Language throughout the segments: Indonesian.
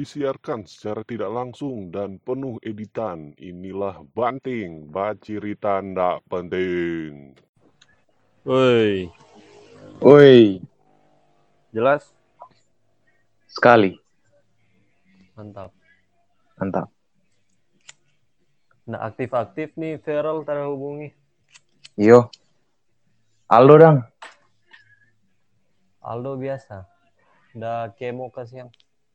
disiarkan secara tidak langsung dan penuh editan. Inilah Banting, Bacirita Ndak Penting. Woi, Woi, jelas? sekali. Mantap. Mantap. Nggak aktif-aktif nih, Feral terhubungi. Yo. Aldo dong. Aldo biasa. Udah kemo ke siang.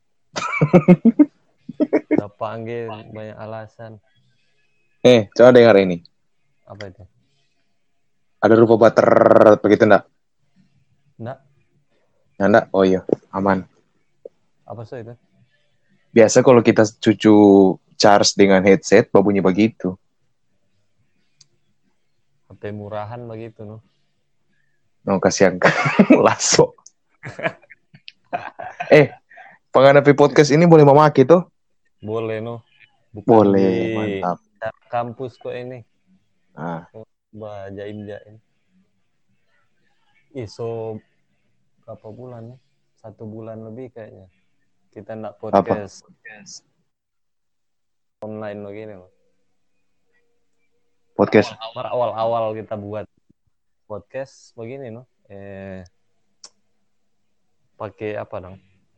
Udah panggil, banyak alasan. Coba dengar ini. Apa itu? Ada rupa butter begitu enggak? Nggak? Enggak? Oh iya, aman. Apa sih itu? Biasa kalau kita cucu charge dengan headset, bunyi begitu. HP murahan begitu, no? No, kasihan. Lasso. Penghadapi podcast ini boleh memaki tuh? Boleh, no? Bukan Boleh, di mantap. kampus kok ini. Nah, Bah, jaim-jaim. So berapa bulan ya? 1 bulan lebih kayaknya. Kita nggak apa? podcast online begini, no? Podcast. Awal-awal kita buat podcast begini, no? Pakai apa dong?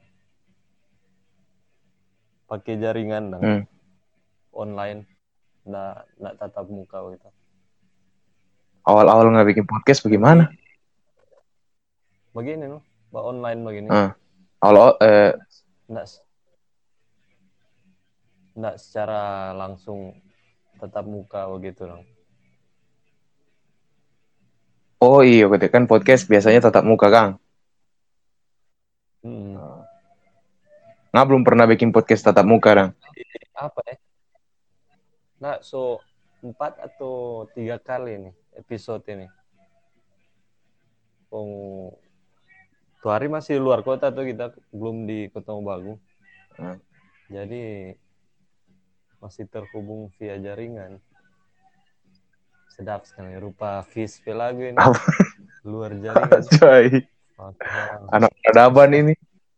Pakai jaringan dong. Online. Nggak tatap muka gitu. Awal-awal nggak bikin podcast bagaimana? Begini, no? Online begini. Nggak secara langsung tatap muka begitu dong. Oh iya, kan podcast biasanya tatap muka, Kang. Nggak belum pernah bikin podcast tatap muka, Kang. Apa ya? Nah, 4 atau 3 kali nih episode ini. Tuh hari masih luar kota tuh, kita belum di Kota Mobagu. Jadi masih terhubung via jaringan. Sedap sekali, rupa fish lagu ini. Luar jaringan. Coy. Anak peradaban ini.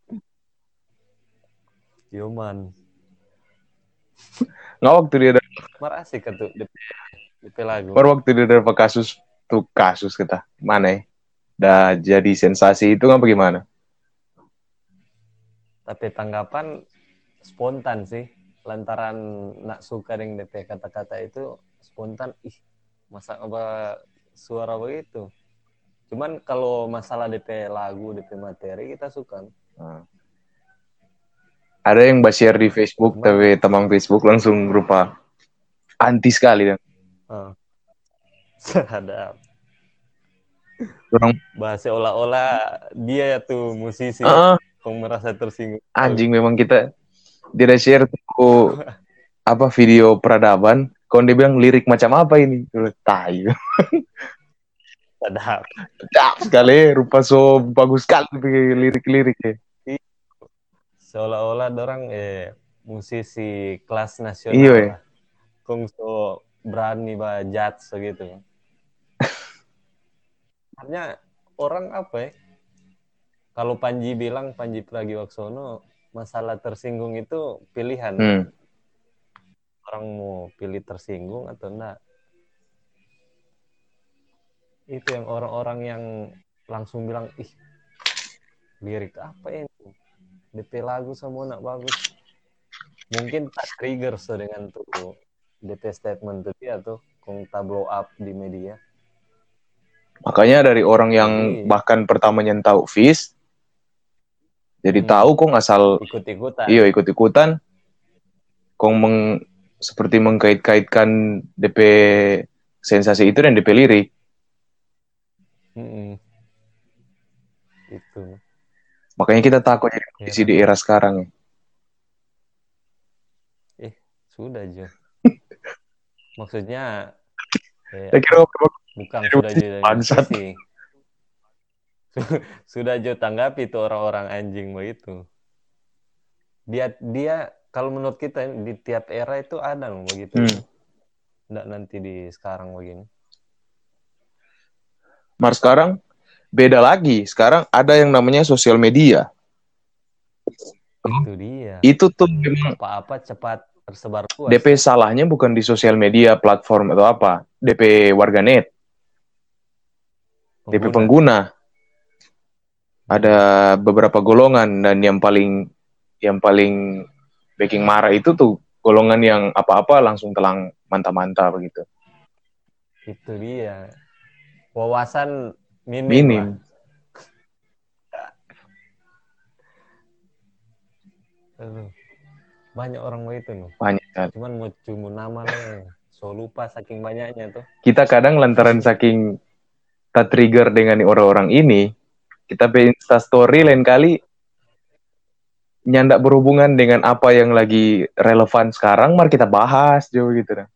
Yoman. Nggak waktu dia ada. Marasik tuh DP lagu. Baru waktu dia ada kasus kita. Mana ya? Dah jadi sensasi itu nggak bagaimana? Tapi tanggapan spontan sih. Lantaran nak suka dengan DP kata-kata itu spontan. Masa apa suara begitu? Cuman kalau masalah DP lagu, DP materi kita suka. Ada yang share di Facebook, tapi teman Facebook langsung berupa anti sekali dan. Sadap. Orang bahasa olah-olah dia tuh musisi. Kok merasa tersinggung. Anjing memang kita dia share tuh apa video peradaban. Kalau dia bilang lirik macam apa ini? Tai. Sadap. Sedap sekali, rupa so bagus sekali lirik-liriknya. Seolah-olah orang musisi kelas nasional. Iya. Kong so berani bajat segitu. Artinya orang apa ya? Kalau Panji bilang, Panji Pragiwaksono, masalah tersinggung itu pilihan. Orang mau pilih tersinggung atau enggak. Itu yang orang-orang yang langsung bilang, lirik apa ini? DP lagu semua nak bagus. Mungkin tak trigger dengan tuh DP statement tuh dia tuh kong tak blow up di media. Makanya dari orang yang bahkan pertamanya tahu Fish, jadi tahu kok asal ikut-ikutan. Iya, ikut-ikutan. Kong seperti mengkait-kaitkan DP sensasi itu dan DP lirik. Itu. Makanya kita takut jadi musisi di era sekarang. Sudah aja. Maksudnya bukan sudah jadi musisi. Sudah aja tanggapi tuh orang-orang anjing begitu. Dia kalau menurut kita di tiap era itu ada loh begitu. Nggak nanti di sekarang begini. Sekarang beda lagi. Sekarang ada yang namanya sosial media. Itu dia. Itu tuh memang Apa-apa cepat tersebar luas. DP salahnya bukan di sosial media, platform atau apa. DP warganet, DP pengguna. Ada beberapa golongan dan yang paling bikin marah itu tuh golongan yang apa-apa langsung telang mantap-mantap begitu. Itu dia. Wawasan minim lah. Minim. Aduh. Banyak orang begitu loh. Banyak kan. Cuman mau cuma nama nih. So lupa saking banyaknya tuh. Kita kadang lantaran saking tertrigger dengan orang-orang ini, kita bikin Instastory lain kali nyandak berhubungan dengan apa yang lagi relevan sekarang, mari kita bahas jauh gitu dah.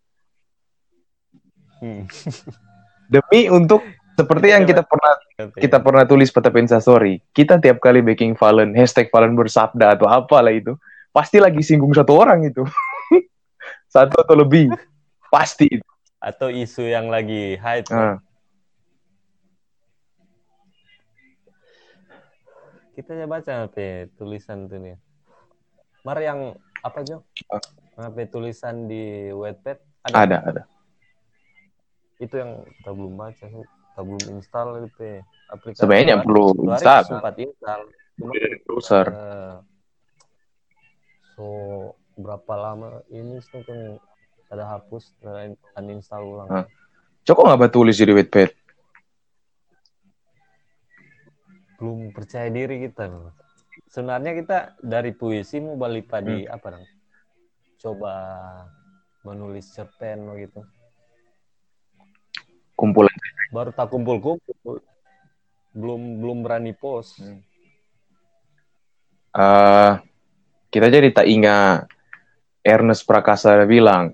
Demi untuk seperti yang kita pernah tulis pada Instastory, kita tiap kali baking Valen, #Valen bersabda atau apalah itu, pasti lagi singgung satu orang itu. Satu atau lebih. Pasti. Atau isu yang lagi hype. Kita ya baca apa tulisan tuh nih. Mar yang apa Jo? Apa tulisan di Wattpad? Ada. Itu yang kita belum baca sih. Kita belum install itu aplikasi. Sebenarnya perlu install. Sempat install. Browser. So berapa lama ini tuh kan ada hapus, uninstall ulang. Coko nggak tulis di Wattpad? Belum percaya diri kita. Sebenarnya kita dari puisi mau balik di apa dong? Coba menulis cerpen gitu. Kumpulan. Baru tak kumpul-kumpul. Belum berani post. Kita jadi tak ingat Ernest Prakasa bilang.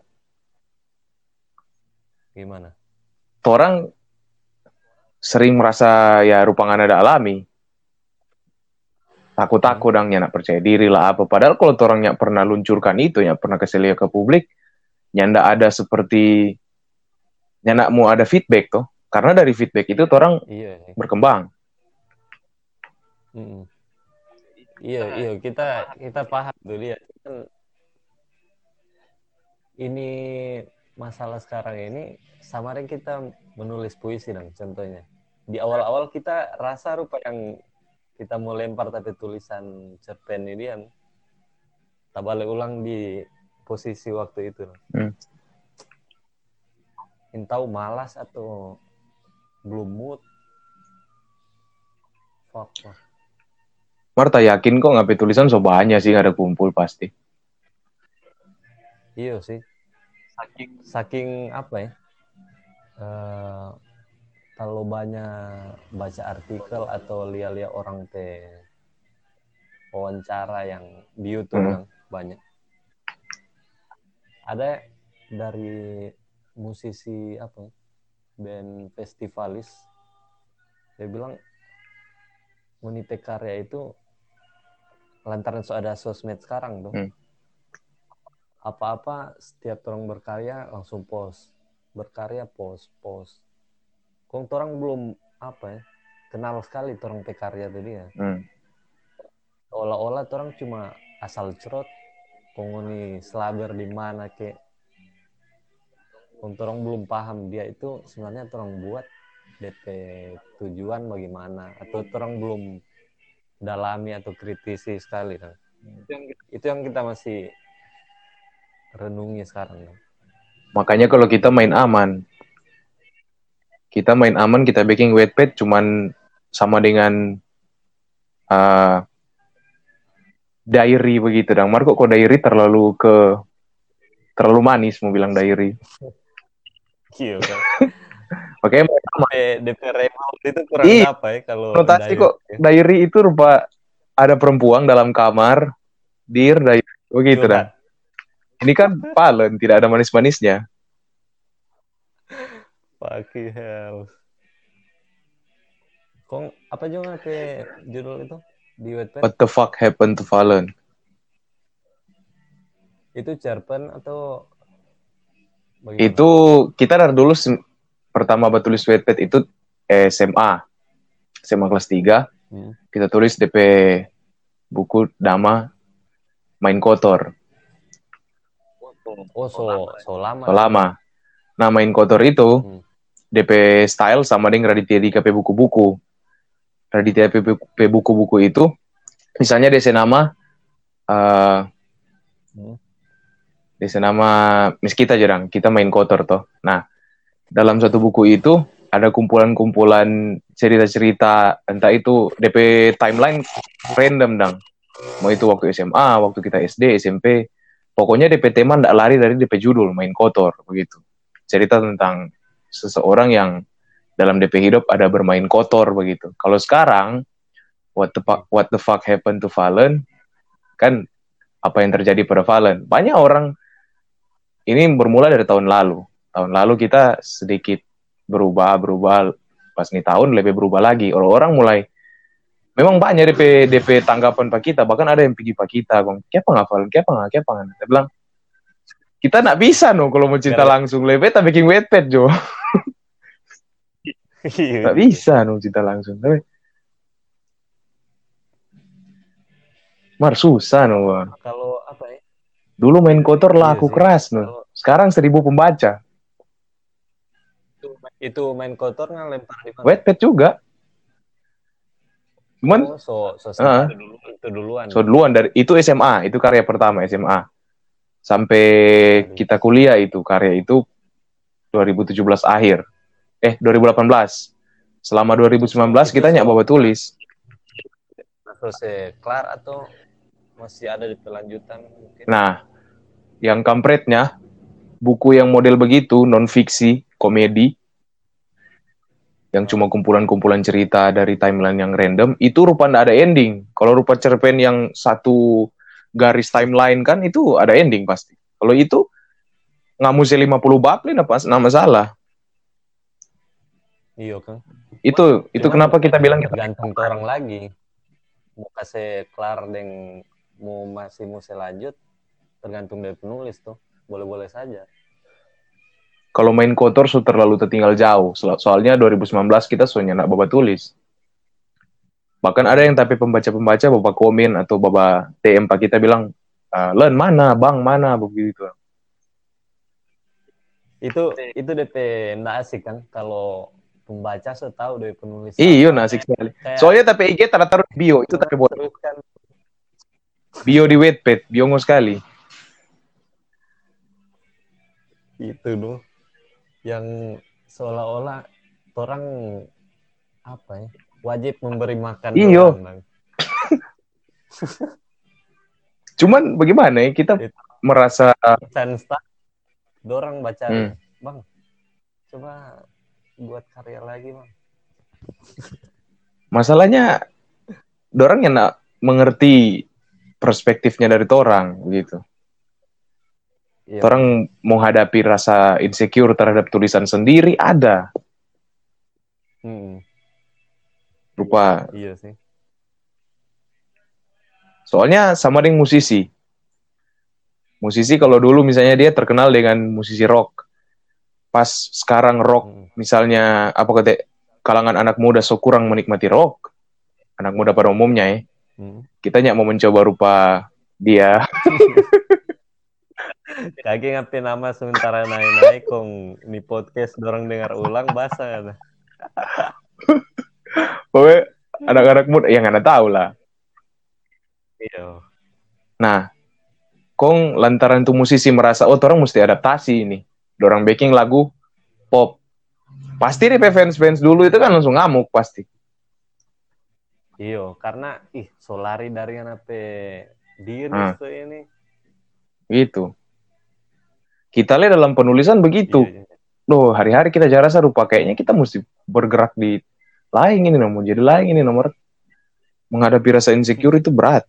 Gimana? Orang sering merasa ya rupangan ada alami. Takut-takut dangnya nak percaya diri lah apa. Padahal kalau orang yang pernah luncurkan itu, yang pernah keselia ke publik, nyanda ada seperti nyanda mau ada feedback toh. Karena dari feedback itu orang berkembang. Iya, kita paham tuh lihat. Ini masalah sekarang ini sama yang kita menulis puisi dong contohnya. Di awal-awal kita rasa rupa yang kita mau lempar tapi tulisan cerpen ini kan tak balik ulang di posisi waktu itu. Tahu malas atau belum mood. Fuck lah. Marta yakin kok ngapain tulisan so banyak sih ada kumpul pasti. Iya sih. Saking apa ya? Kalau banyak baca artikel atau lihat-lihat orang wawancara yang di YouTube kan banyak. Ada dari musisi apa? Band festivalis. Dia bilang Unite Karya itu lantaran ada sosmed sekarang tuh. Apa-apa setiap orang berkarya langsung post. Berkarya post. Kong orang belum apa ya kenal sekali orang pekarya tadi ya. Seolah-olah orang cuma asal cerot. Kong ini selaber di mana ke. Kong orang belum paham dia itu sebenarnya orang buat DP tujuan bagaimana atau orang belum dalami atau kritisi sekali kan. Itu yang kita masih renungi sekarang. Makanya kalau kita main aman, kita bikin Wattpad cuman sama dengan diary begitu. Dan Marco kok diary terlalu manis mau bilang diary. Iya kan. Oke, DP remote itu kurang apa ya kalau notasi diary. Kok diary itu rupa ada perempuan dalam kamar, dear diary begitu dah. Ini kan Valen, tidak ada manis-manisnya. Fucking hell. Kong apa juga ke judul itu di Wattpad? What the fuck happened to Valen? Itu cerpen atau bagaimana? Itu kita dari dulu pertama tulis Wattpad itu SMA kelas 3. Kita tulis DP buku Dama main kotor. Oh, so lama. So lama. Nah, main kotor itu DP style sama dengan Raditya Dika pe buku-buku. Raditya pe buku-buku itu misalnya desa nama kita jarang, kita main kotor toh. Nah, dalam satu buku itu ada kumpulan-kumpulan cerita-cerita, entah itu DP timeline random dang. Mau itu waktu SMA, waktu kita SD, SMP, pokoknya DP tema ndak lari dari DP judul, main kotor begitu. Cerita tentang seseorang yang dalam DP hidup ada bermain kotor begitu. Kalau sekarang what the fuck happened to Valen? Kan apa yang terjadi pada Valen? Banyak orang, ini bermula dari tahun lalu. Tahun lalu kita sedikit berubah pas nih tahun lebih berubah lagi. Orang-orang mulai memang banyak DP tanggapan pak kita, bahkan ada yang pergi pak kita, bang, kenapa nggak Valen, kenapa nggak? Saya bilang kita nggak bisa kalau mau cerita langsung, lebih tak bikin wetpad Jo. Nggak bisa cerita langsung, tapi susah Kalau apa ya? Dulu main kotor laku keras Sekarang 1.000 pembaca. Itu main kotor ngelempar di mana? Wattpad juga. Cuman itu duluan. So duluan dari itu SMA, itu karya pertama SMA. Sampai kita kuliah itu karya itu 2017 akhir. 2018. Selama 2019 kita nyak bawa tulis. Terus kelar atau masih ada di pelanjutan mungkin? Nah, yang kampretnya buku yang model begitu, non-fiksi, komedi, yang cuma kumpulan-kumpulan cerita dari timeline yang random, itu rupa nggak ada ending. Kalau rupa cerpen yang satu garis timeline kan, itu ada ending pasti. Kalau itu, nggak mesti 50 bab nih, nggak masalah. Iya kan? Itu kenapa kita bilang kita gantung orang lagi. Mau kasih kelar dan masih lanjut, tergantung dari penulis tuh. Boleh-boleh saja. Kalau main kotor terlalu tertinggal jauh. Soalnya 2019 kita soalnya nak bawa tulis. Bahkan ada yang tapi pembaca-pembaca bawa komen atau bawa TM pak kita bilang, Len mana, bang mana, begitu. Itu DP nggak asik kan kalau pembaca setahu dari penulis. Iya, asik sekali. Soalnya tapi IG taruh bio itu tapi buat bio di Wattpad, bio sekali. Itu loh yang seolah-olah orang apa ya wajib memberi makan. Iyo. Cuman bagaimana ya kita merasa dorang baca bang coba buat karya lagi bang. Masalahnya dorang yang nak mengerti perspektifnya dari orang gitu. Iya. Orang menghadapi rasa insecure terhadap tulisan sendiri ada. Rupa. Iya sih. Soalnya sama dengan musisi. Musisi kalau dulu misalnya dia terkenal dengan musisi rock. Pas sekarang rock misalnya apa kata kalangan anak muda so kurang menikmati rock. Anak muda pada umumnya ya. Kita nyak mau mencoba rupa dia. Kaki ngapain nama sementara naik-naik kong ini podcast dorang dengar ulang bahasa. Pokoknya anak-anak muda yang nggak tahu lah. Iya. Nah, kong lantaran tuh musisi merasa orang mesti adaptasi ini. Dorang backing lagu pop. Pasti deh fans dulu itu kan langsung ngamuk pasti. Iya, karena solari dari apa diri tuh ini. Gitu. Kita lihat dalam penulisan begitu. Loh, hari-hari kita rasa rupa kayaknya kita mesti bergerak di lain ini nomor. Jadi lain ini nomor. Menghadapi rasa insecure itu berat.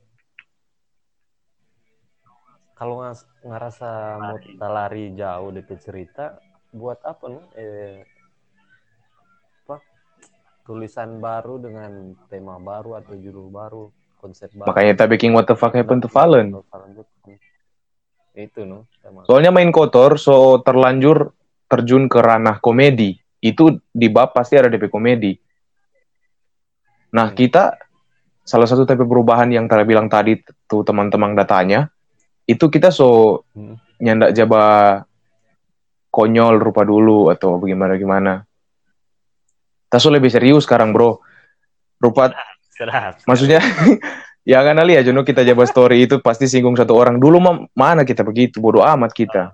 Kalau ngerasa mau lari jauh dari cerita, buat apa nih? Tulisan baru dengan tema baru atau judul baru, konsep baru. Makanya kita bikin What the Fuck Happened to Valen. Itu soalnya main kotor terlanjur terjun ke ranah komedi. Itu di bab pasti ada DP komedi. Nah, kita salah satu DP perubahan yang bilang tadi tuh teman-teman datanya, itu kita nyandak jaba konyol rupa dulu atau bagaimana. Kita lebih serius sekarang, bro. Rupa, Serah. maksudnya, ya kan Ali ya, Jono kita jaba story itu pasti singgung satu orang. Dulu mana kita begitu, bodoh amat kita.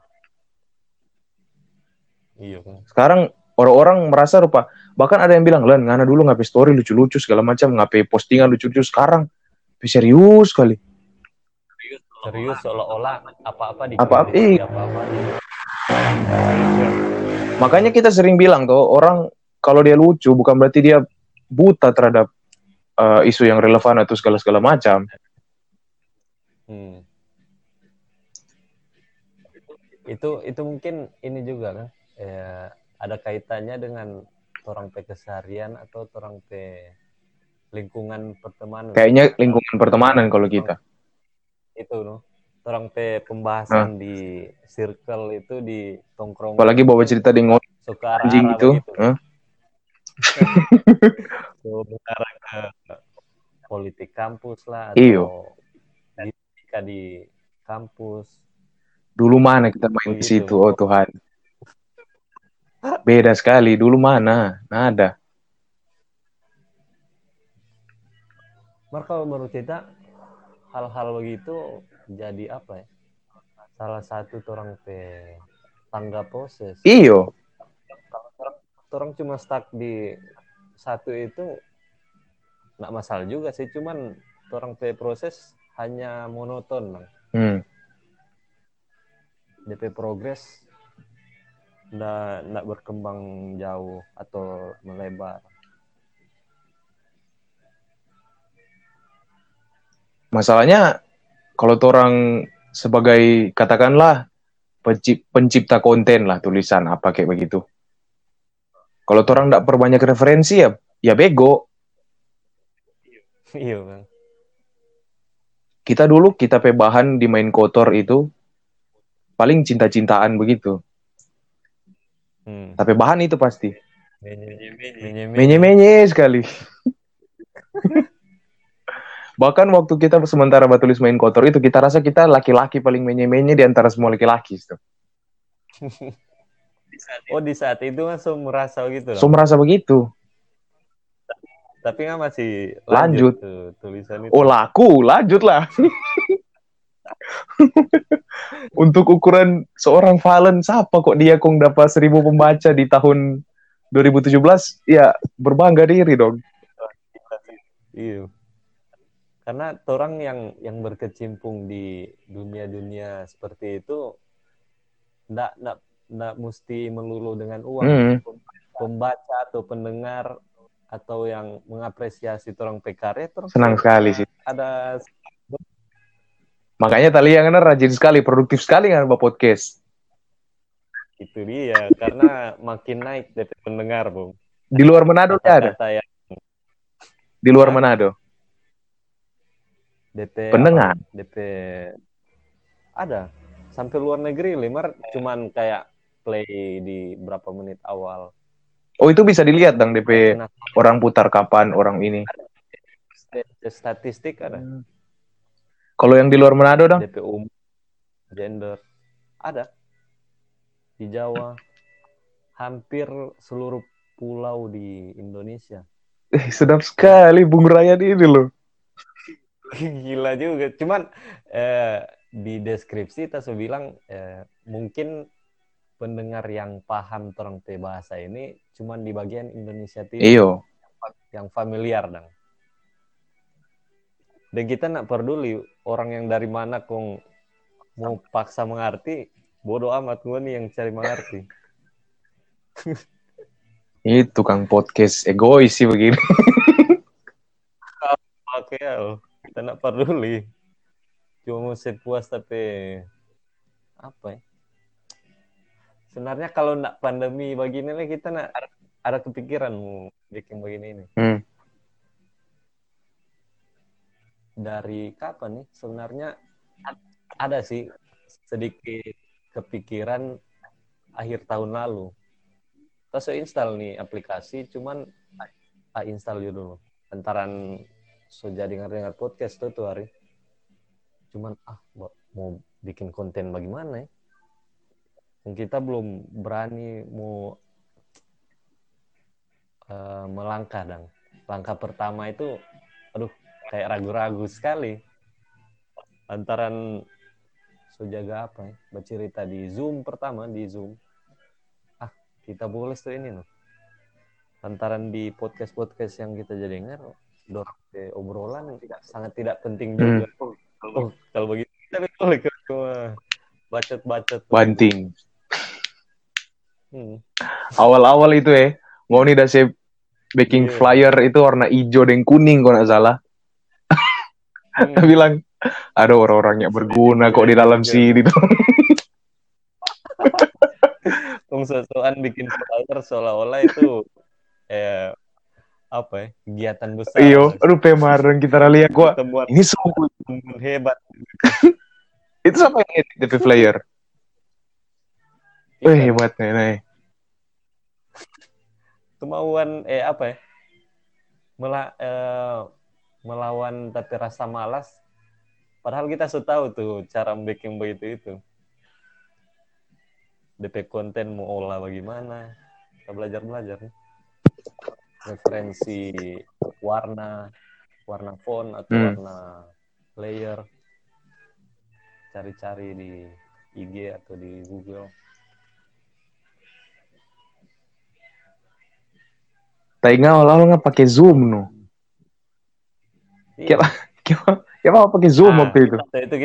Iya kan. Sekarang orang-orang merasa rupa, bahkan ada yang bilang, Len, ngana dulu ngapain story lucu-lucu segala macam, ngapain postingan lucu-lucu, sekarang serius sekali. Serius seolah-olah apa-apa Apa-apa, dikritisi, apa-apa makanya kita sering bilang tuh, orang kalau dia lucu bukan berarti dia buta terhadap isu yang relevan atau segala-segala macam. Itu mungkin ini juga kan, ada kaitannya dengan orang pe keseharian atau orang pe lingkungan pertemanan. Kayaknya lingkungan pertemanan kalau kita. Itu no. Orang pe pembahasan di circle itu di tongkrongan. Apalagi bawa cerita di anjing itu. Mengarah ke politik kampus lah atau di kampus. Dulu mana kita main di situ, oh Tuhan. Beda sekali, dulu mana? Nada. Kalau menurut kita hal-hal begitu jadi apa ya? Salah satu orang pe tangga proses. Iyo. Orang cuma stuck di satu itu nggak masalah juga sih, cuman orang pe proses hanya monoton, Bang. DP progres nggak berkembang jauh atau melebar. Masalahnya kalau orang sebagai katakanlah pencipta konten lah, tulisan apa kayak begitu. Kalau orang nggak perbanyak referensi ya bego. Iya Bang. Kita dulu pe bahan di main kotor itu paling cinta-cintaan begitu. Tapi bahan itu pasti menye-menye sekali. Bahkan waktu kita sementara tulis main kotor itu, kita rasa kita laki-laki paling menye-menye di antara semua laki-laki itu. Di saat itu kan merasa begitu. Merasa begitu. Tapi kan masih lanjut tuh, tulisan itu. Laku, lanjut lah. Untuk ukuran seorang Valen, siapa kok dia dapat 1.000 pembaca di tahun 2017? Ya, berbangga diri dong. Iya. Karena orang yang berkecimpung di dunia-dunia seperti itu nggak mesti melulu dengan uang. Pembaca atau pendengar atau yang mengapresiasi orang PKR terus senang sekali sih. Ada makanya Talia kan rajin sekali, produktif sekali kan buat podcast. Itu dia, karena makin naik dari pendengar, Bung. Di luar Manado ada? Di luar Manado? DP pendengar? DP ada. Sampai luar negeri, Limar cuman kayak play di berapa menit awal. Oh, itu bisa dilihat dong DP orang putar kapan orang ini. Statistik ada. Kalau yang di luar Manado dong? DP gender ada. Di Jawa hampir seluruh pulau di Indonesia. Sedap sekali Bung Ryan ini loh. Gila juga. Cuman di deskripsi kita bilang mungkin pendengar yang paham tentang bahasa ini cuman di bagian Indonesia Timur. Iyo. Yang familiar dong. Dan kita nggak peduli orang yang dari mana kong mau paksa mengerti, bodoh amat gue nih yang cari mengerti. Itu Kang podcast egois sih begini. Oke, kita nggak peduli. Cuma mau sepuas tapi apa ya? Sebenarnya kalau nggak pandemi begini nih kita nggak ada kepikiran mau bikin begini ini. Dari kapan nih? Sebenarnya ada sih sedikit kepikiran akhir tahun lalu. Kita install nih aplikasi, cuman install dulu. Antaran jadi dengar podcast tuh hari. Cuman mau bikin konten bagaimana ya. Kita belum berani mau melangkah dan langkah pertama itu aduh kayak ragu-ragu sekali antaran jaga apa ya bercerita di Zoom pertama di Zoom kita boleh tuh ini loh antaran di podcast yang kita jadi dengar obrolan sangat tidak penting juga. Kalau begitu kita boleh ke bacot banting. Awal-awal itu mau nih saya baking flyer itu warna hijau dan kuning kalau nggak salah. Dia bilang ada orang-orang yang berguna kok di dalam sini tuh. Sosokan bikin flyer seolah-olah itu apa ya kegiatan besar. Iyo, aduh pemarang kita lihat gua. Ini sungguh hebat. Itu siapa yang edit DP flyer? Hebat nih. Kemauan apa ya? Melawan tapi rasa malas. Padahal kita sudah tahu tuh cara baking begitu itu. DP konten mau olah bagaimana? Kita belajar nih. Referensi warna font atau warna layer. Cari-cari di IG atau di Google. Tengah awal-awal nggak pakai Zoom no. Kenapa pakai Zoom waktu itu? Itu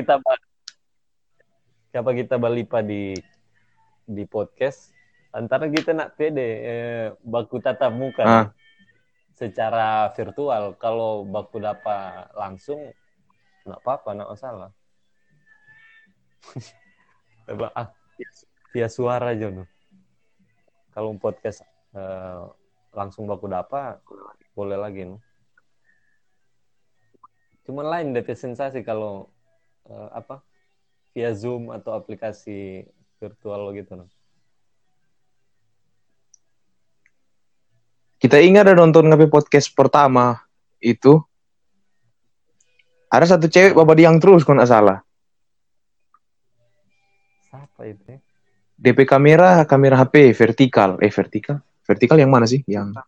kita balipa di podcast antara kita nak pede baku tatap muka secara virtual. Kalau baku dapat langsung nggak apa-apa, nggak masalah. Via suara aja no. Kalau podcast langsung baku dapat boleh lagi no. Cuman lain dari sensasi kalau via Zoom atau aplikasi virtual gitu no. Kita ingat ada nonton ngapain podcast pertama itu ada satu cewek babadiang terus kalau nggak salah. Siapa itu? DP kamera HP vertikal yang mana sih? Yang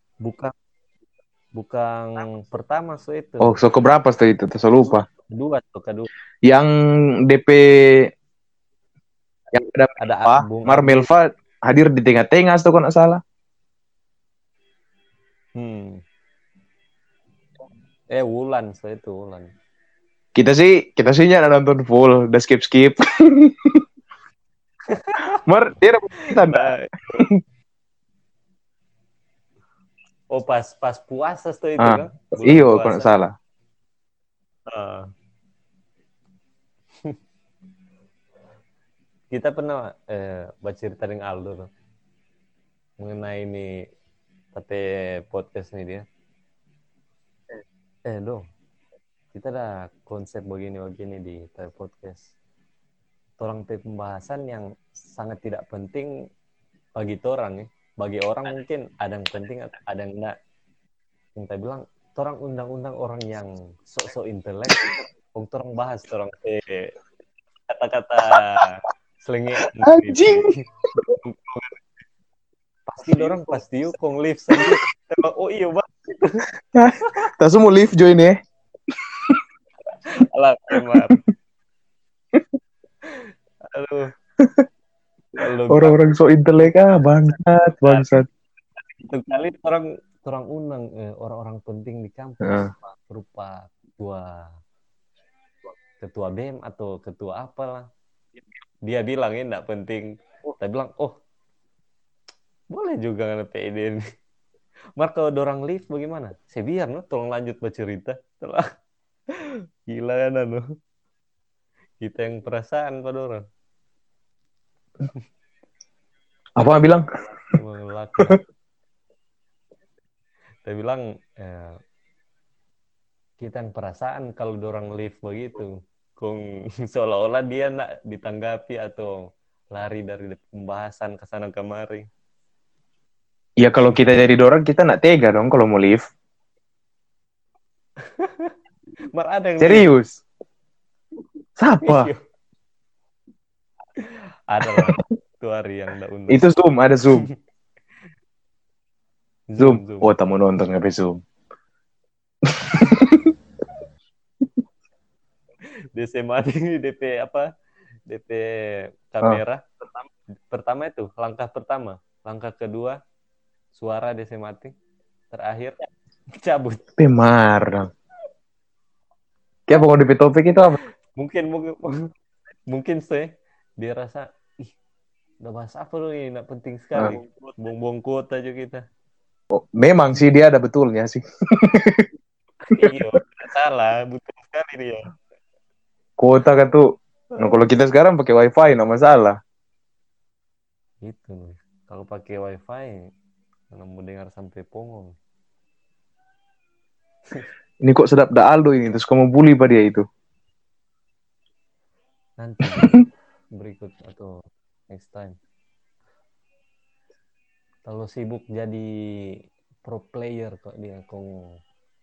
bukan pertama itu. Oh, so keberapa tuh itu? Saya lupa. Kedua. Yang DP yang ada apa? Marmelva hadir di tengah-tengah tuh kalau nggak salah. Wulan itu Wulan. Kita sih nggak nonton full, udah skip. Mar dia dapat tanda. Oh pas puasa tuh itu kan? Iyo kalau nggak salah. Kita pernah bercerita dengan Aldo tuh, mengenai ini tapi podcast ini dia. Dong, kita ada konsep begini di podcast. Orang pembahasan yang sangat tidak penting bagi orang ya. Bagi orang mungkin ada yang penting, ada yang enggak. Yang kita bilang, orang undang-undang orang yang sok-sok intelek, orang bahas orang kata-kata selingan. Anjing. Pasti orang pasti kong live saja. Oh iya bang. Tak semua live join ya. Alah kemar. Aduh. Orang-orang so intelek bangsat. Itu kali orang undang orang-orang penting di kampus berupa ketua BEM atau ketua apalah. Dia bilang ini enggak penting. Saya bilang, boleh juga kan PID ini. Mar kalau dorang live bagaimana? Saya biar no, tolong lanjut bercerita. Gila kan kita yang perasaan pada orang. Apa yang bilang? Saya bilang kita yang perasaan kalau dorang live begitu. Kung seolah-olah dia nak ditanggapi atau lari dari pembahasan ke sana kemari. Ya kalau kita jadi dorang kita nak tega dong kalau mau live. Mar ada yang serius. Siapa? Ada lah. Itu hari yang nggak undang. Itu Zoom, ada Zoom. Zoom. Oh, tamu nonton ngapain Zoom? DC mati DP apa? DP kamera. Pertama itu langkah pertama. Langkah kedua suara DC mati. Terakhir cabut. Pemar. Kayak pokok DP topik itu apa? Mungkin sih dia rasa udah bahas apa lu ini, nggak penting sekali. Buang-buang kuota aja kita. Oh, memang sih dia ada betulnya sih. Iya, salah, betul sekali dia. Kuota kan tuh. Nah, kalau kita sekarang pakai wifi nggak masalah. Itu kalau pakai wifi kalau mau dengar sampai pongong. Ini kok sedap dah Aldo ini, terus kamu bully pada dia itu. Nanti berikut atau next time. Kalau sibuk jadi pro player kok dia kong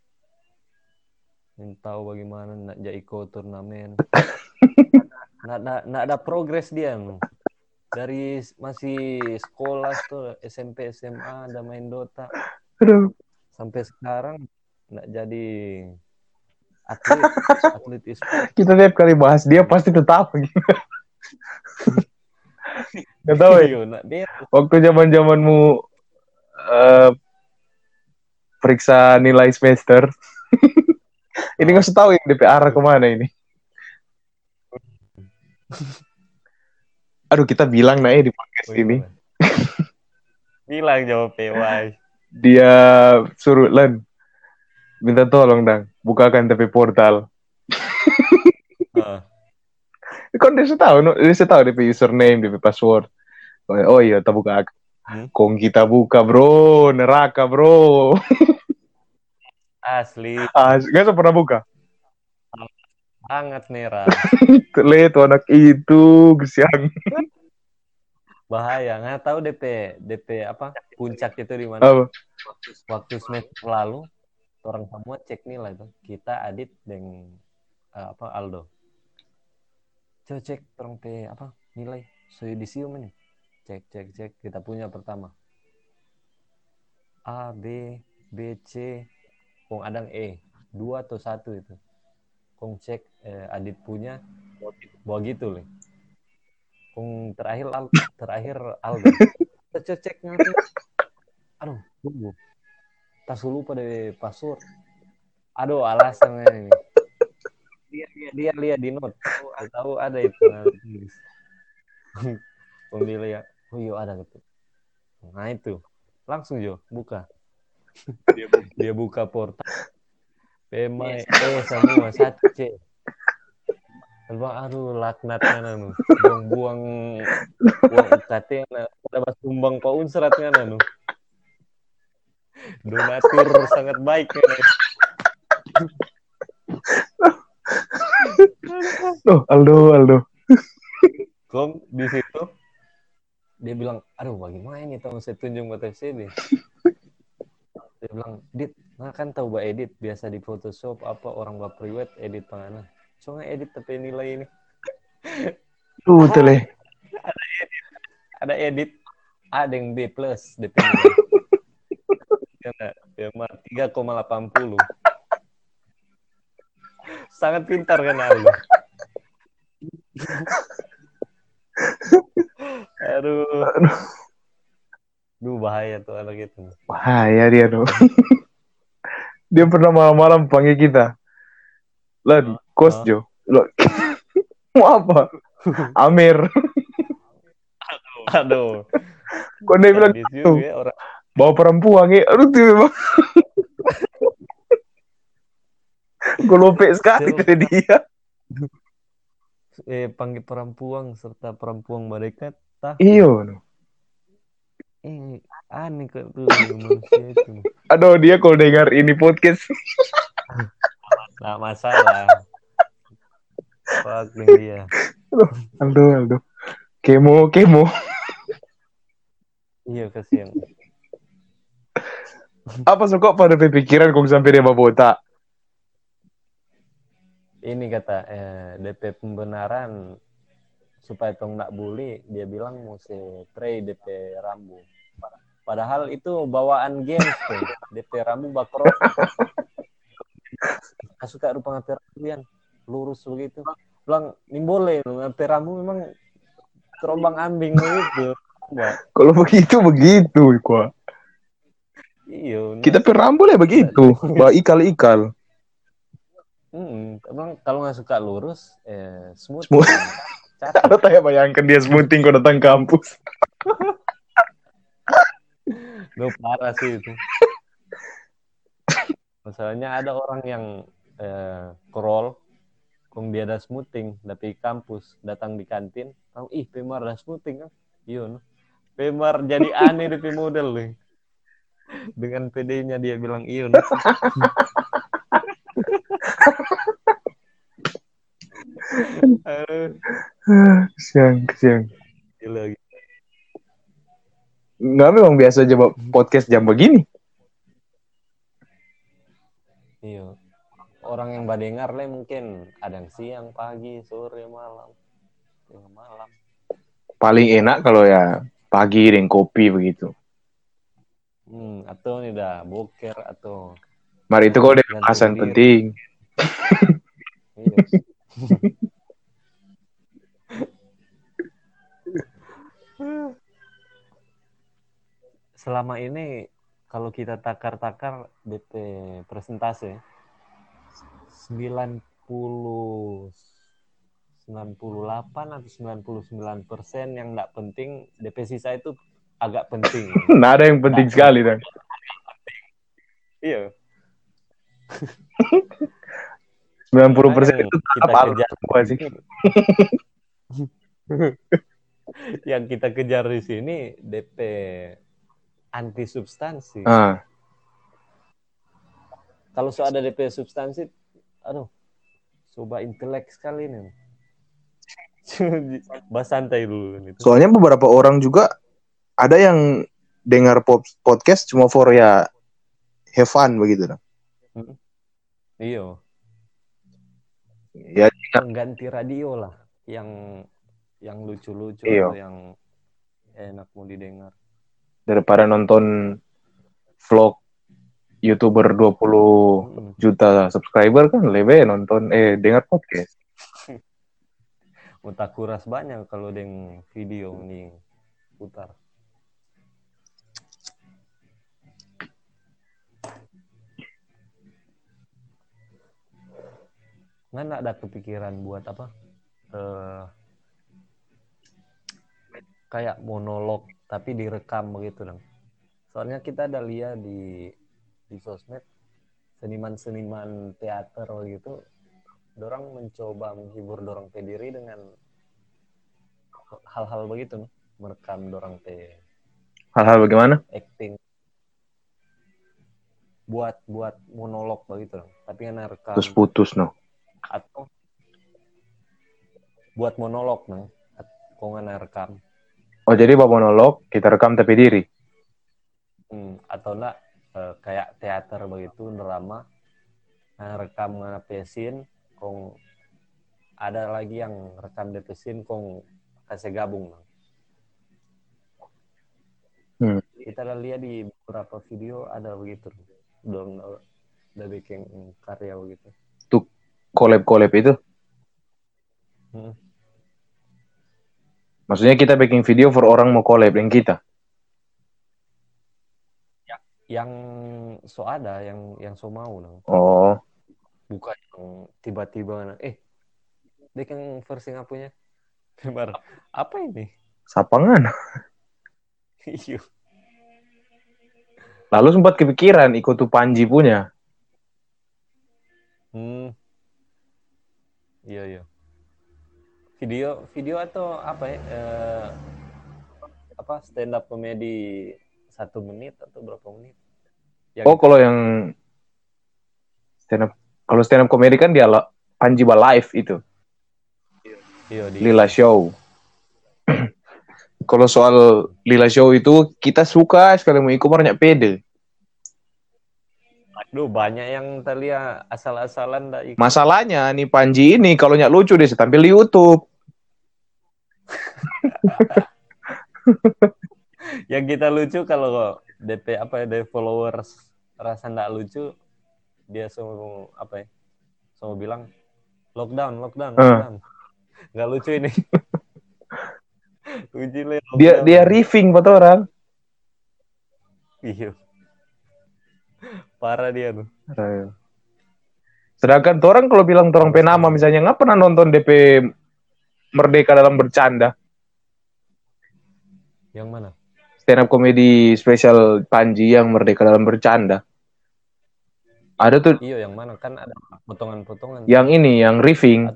tahu bagaimana nak jadi ikut turnamen. Nak ada progres dia no. Dari masih sekolah tuh SMP SMA ada main Dota. Aduh. Sampai sekarang nak jadi atlet e-sport. Kita tiap kali bahas dia pasti tetap gitu. Gak tahu ya. Waktu zaman-zamanmu periksa nilai semester. Ini nggak tahu ini DP arah kemana ini. Aduh, kita bilang di podcast ini. Bilang jawab PY. Dia suruh Len, minta tolong dang, bukakan DP portal. Kan dia sudah tahu DP username, DP password. Oh iya, kita buka. Kong kita buka bro, neraka bro. Asli. Gak pernah buka. Sangat merah. Lihat anak itu, kesian. Bahaya, nggak tahu DP apa puncak itu di mana? Waktu semester lalu, orang semua cek nilai itu. Kita Adit dan Aldo. Coba cek orang apa nilai Soyudisium ini. Cek kita punya pertama. A, B, C, kong adang E, 2 atau 1 itu. Kong cek Adit punya bawa gitu loh. Kong terakhir Aldo. Kita cek nanti. Aduh, tunggu. Tas lupa deh password. Aduh, alasannya ini. Dia lihat di note. Tahu ada itu. Kong dia lihat. Oh iya ada gitu. Nah itu. Langsung Jo, buka. Dia buka portal. Pemain semua 1C. Aduh laknatnya nanu. Buang uang UKT udah sumbang Pak Unsratnya nanu. Donatur sangat baik ya. Aldo. Kong di situ dia bilang, aduh bagaimana ini tahu saya tunjuk buat FCB. Dia bilang, Dit, nah kan tahu Mbak edit biasa di Photoshop apa orang buat private edit pangana. Soalnya edit tapi nilai ini. Betul ya. Ada edit, ada yang B+, DP nilai. Dia 3,80. Sangat pintar kan Aldo. Aduh bahaya tuh anak itu. Bahaya dia tuh. Dia pernah malam-malam panggil kita. Lan, kos Jo. Mau apa? Amir. Aduh. Kok dia bilang gitu? Bawa perempuan ya. Aduh tuh memang. Gue lupa sekali dari dia. Panggil perempuan serta perempuan mereka tak. Iyo. Aneh kok tuh manusia itu. Aduh dia kalau dengar ini podcast. Nggak masalah. Fuck dia. Aldo. Kemo. Iya kasihan. Apa suka pada pikiran kok sampai dia babota? Ini kata DP pembenaran supaya tong nak bully, dia bilang mau spray DP rambut. Padahal itu bawaan games tuh. DP rambut bakrok. Suka rupa ngaper rambut lurus begitu. Bilang, ini boleh. Ngaper rambut memang terombang ambing begitu. Kalau begitu gua. Iya. Kita perambul ya begitu. Bawa ikal-ikal. Emang kalau nggak suka lurus, smooth. Kalau saya bayangkan dia smoothing kalau datang kampus. Duh, parah sih itu. Masalahnya ada orang yang crawl, kong dia ada smoothing, tapi kampus datang di kantin, tahu Pemar ada smoothing kan? Iya, no. Pemar jadi aneh di model nih. Dengan PD-nya dia bilang iya. No. Siang. Gila. Nggak, memang biasa aja podcast jam begini. Iya. Orang yang badengar lah mungkin ada yang siang, pagi, sore, malam. Tengah malam. Paling enak kalau ya pagi dengan kopi begitu. Atau nih dah boker atau Mari itu kalau ada pembahasan penting. Iya. Selama ini kalau kita takar-takar DP presentase 98 atau 99% yang enggak penting, DP sisa itu agak penting. Nah, ada yang penting sekali kan. Iya. 90% itu kita kejar apa sih? Yang kita kejar di sini DP anti substansi. Kalau soal ada DP substansi, coba intelek sekali nih. Bahas santai dulu. Gitu. Soalnya beberapa orang juga ada yang dengar podcast cuma for ya have fun begitu. Iya. Ya, ganti radio lah yang lucu-lucu iyo. Atau yang enak mau didengar. Daripada nonton vlog YouTuber 20 juta subscriber kan lebih nonton dengar podcast. Utak kuras banyak kalau deng video nih putar. Nggak ada kepikiran buat apa? Kayak monolog tapi direkam begitu dong. Soalnya kita ada lihat di sosmed seniman-seniman teater gitu, dorang mencoba menghibur dorang teh diri dengan hal-hal begitu, merekam dorang teh. Hal-hal bagaimana? Acting. Buat monolog begitu, tapi kan rekam. Terus putus Atau buat monolog kok nggak rekam. Oh, jadi buat monolog kita rekam tapi diri. Atau enggak kayak teater begitu, drama, rekam ngapesin, kong ada lagi yang rekam depesin, kong kasih gabung. Kita lihat di beberapa video ada begitu, udah bikin karya begitu. Tuh collab itu? Maksudnya kita bikin video for orang mau collab dengan kita? Yang so ada, yang so mau. Oh. Bukan yang tiba-tiba, bikin versi ngapunya. Apa ini? Sapangan. Iya. Lalu sempat kepikiran ikut tuh Panji punya. Iya. Video atau apa ya? Stand up komedi 1 menit atau berapa menit? Kalau yang stand up komedi kan dia Panji live itu. Iya, Lila Show. Kalau soal Lila Show itu kita suka sekali mau ikut banyak pede. Aduh, banyak yang terlihat asal-asalan dah ikut. Masalahnya nih Panji ini kalau nyak lucu dia tampil di YouTube. Yang kita lucu kalau DP apa ya, dari followers rasa nggak lucu, dia semua apa ya, semua bilang lockdown. Nggak lucu ini. Lucu lah Dia lockdown. riffing buat orang. Iya. Parah dia tuh. Sedangkan orang kalau bilang orang penama misalnya, nggak pernah nonton DP Merdeka dalam Bercanda. Yang mana? Stand up comedy spesial Panji yang Merdeka dalam Bercanda. Ada tuh. Iya, yang mana? Kan ada potongan-potongan. Yang ini, yang riffing.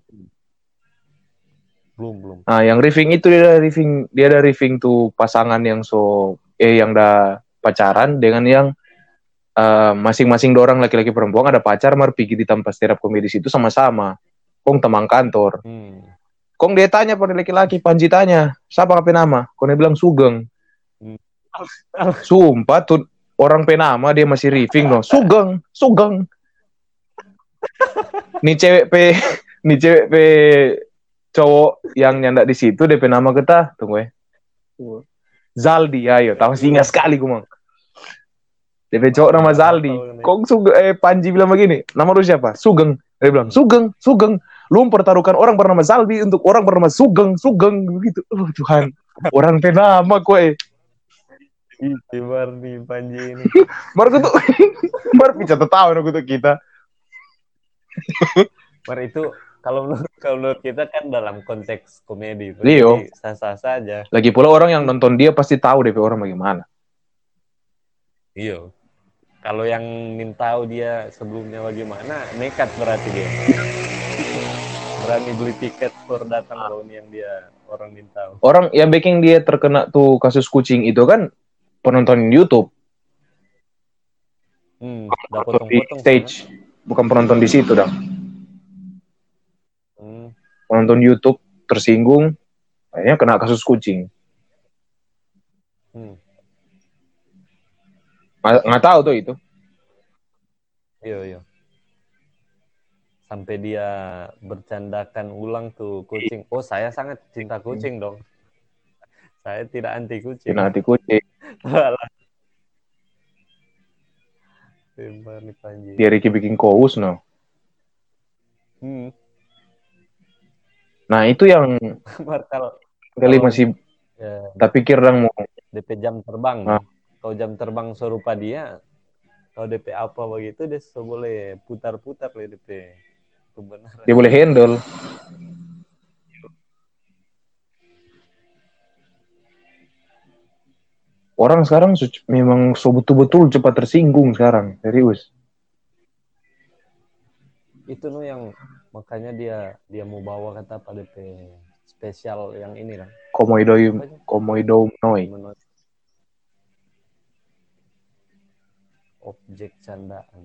Belum. Nah, yang riffing itu dia ada riffing tuh pasangan yang yang udah pacaran dengan yang masing-masing dorang laki-laki perempuan ada pacar, mar pergi di tempat stand up comedy situ sama-sama. Kong teman kantor. Kong dia tanya pada laki-laki, Panji tanya, siapa penama? Kong dia bilang Sugeng. Sumpah tuh orang penama dia masih riffing no. Sugeng. Nih cewek cowok yang nyandak di situ DP nama kita tunggu ya. Zaldi, ayo tahu singa sekali gue mang. DP cowok nama Zaldi. Kong Panji bilang begini, nama lu siapa? Sugeng. Dia bilang Sugeng. Lu mempertaruhkan orang bernama Zaldi untuk orang bernama Sugeng begitu. Oh Tuhan, orang penama kue. Ibar nih Panji ini. Baru tuh, baru bisa tahu aku tuh kita. Baru itu kalau menurut kita kan dalam konteks komedi itu jadi sah-sah saja. Lagi pula orang yang nonton dia pasti tahu DP orang bagaimana. Iya. Kalau yang ingin tahu dia sebelumnya bagaimana, nekat berarti dia. Berani beli tiket for datang tahun yang dia orang ingin tahu. Orang yang backing dia terkena tuh kasus kucing itu kan penonton YouTube. Udah potong-potong stage. Sana. Bukan penonton di situ, dong. Penonton YouTube tersinggung, kayaknya kena kasus kucing. Nggak tahu tuh itu. Iya. Sampai dia bercandakan ulang tuh kucing. Oh, saya sangat cinta kucing dong. Saya tidak anti kucing. Tidak anti kucing. Dia Ricky bikin kous no. Nah itu yang kali masih tak pikir dong mau DP jam terbang. Kalau jam terbang serupa dia, kalau DP apa begitu dia boleh putar-putar lah DP kebenaran. Dia boleh handle. Orang sekarang memang betul-betul cepat tersinggung sekarang, serius. Itu no yang makanya dia mau bawa kata pada DP spesial yang ini kan. Komodo Noi. Objek candaan.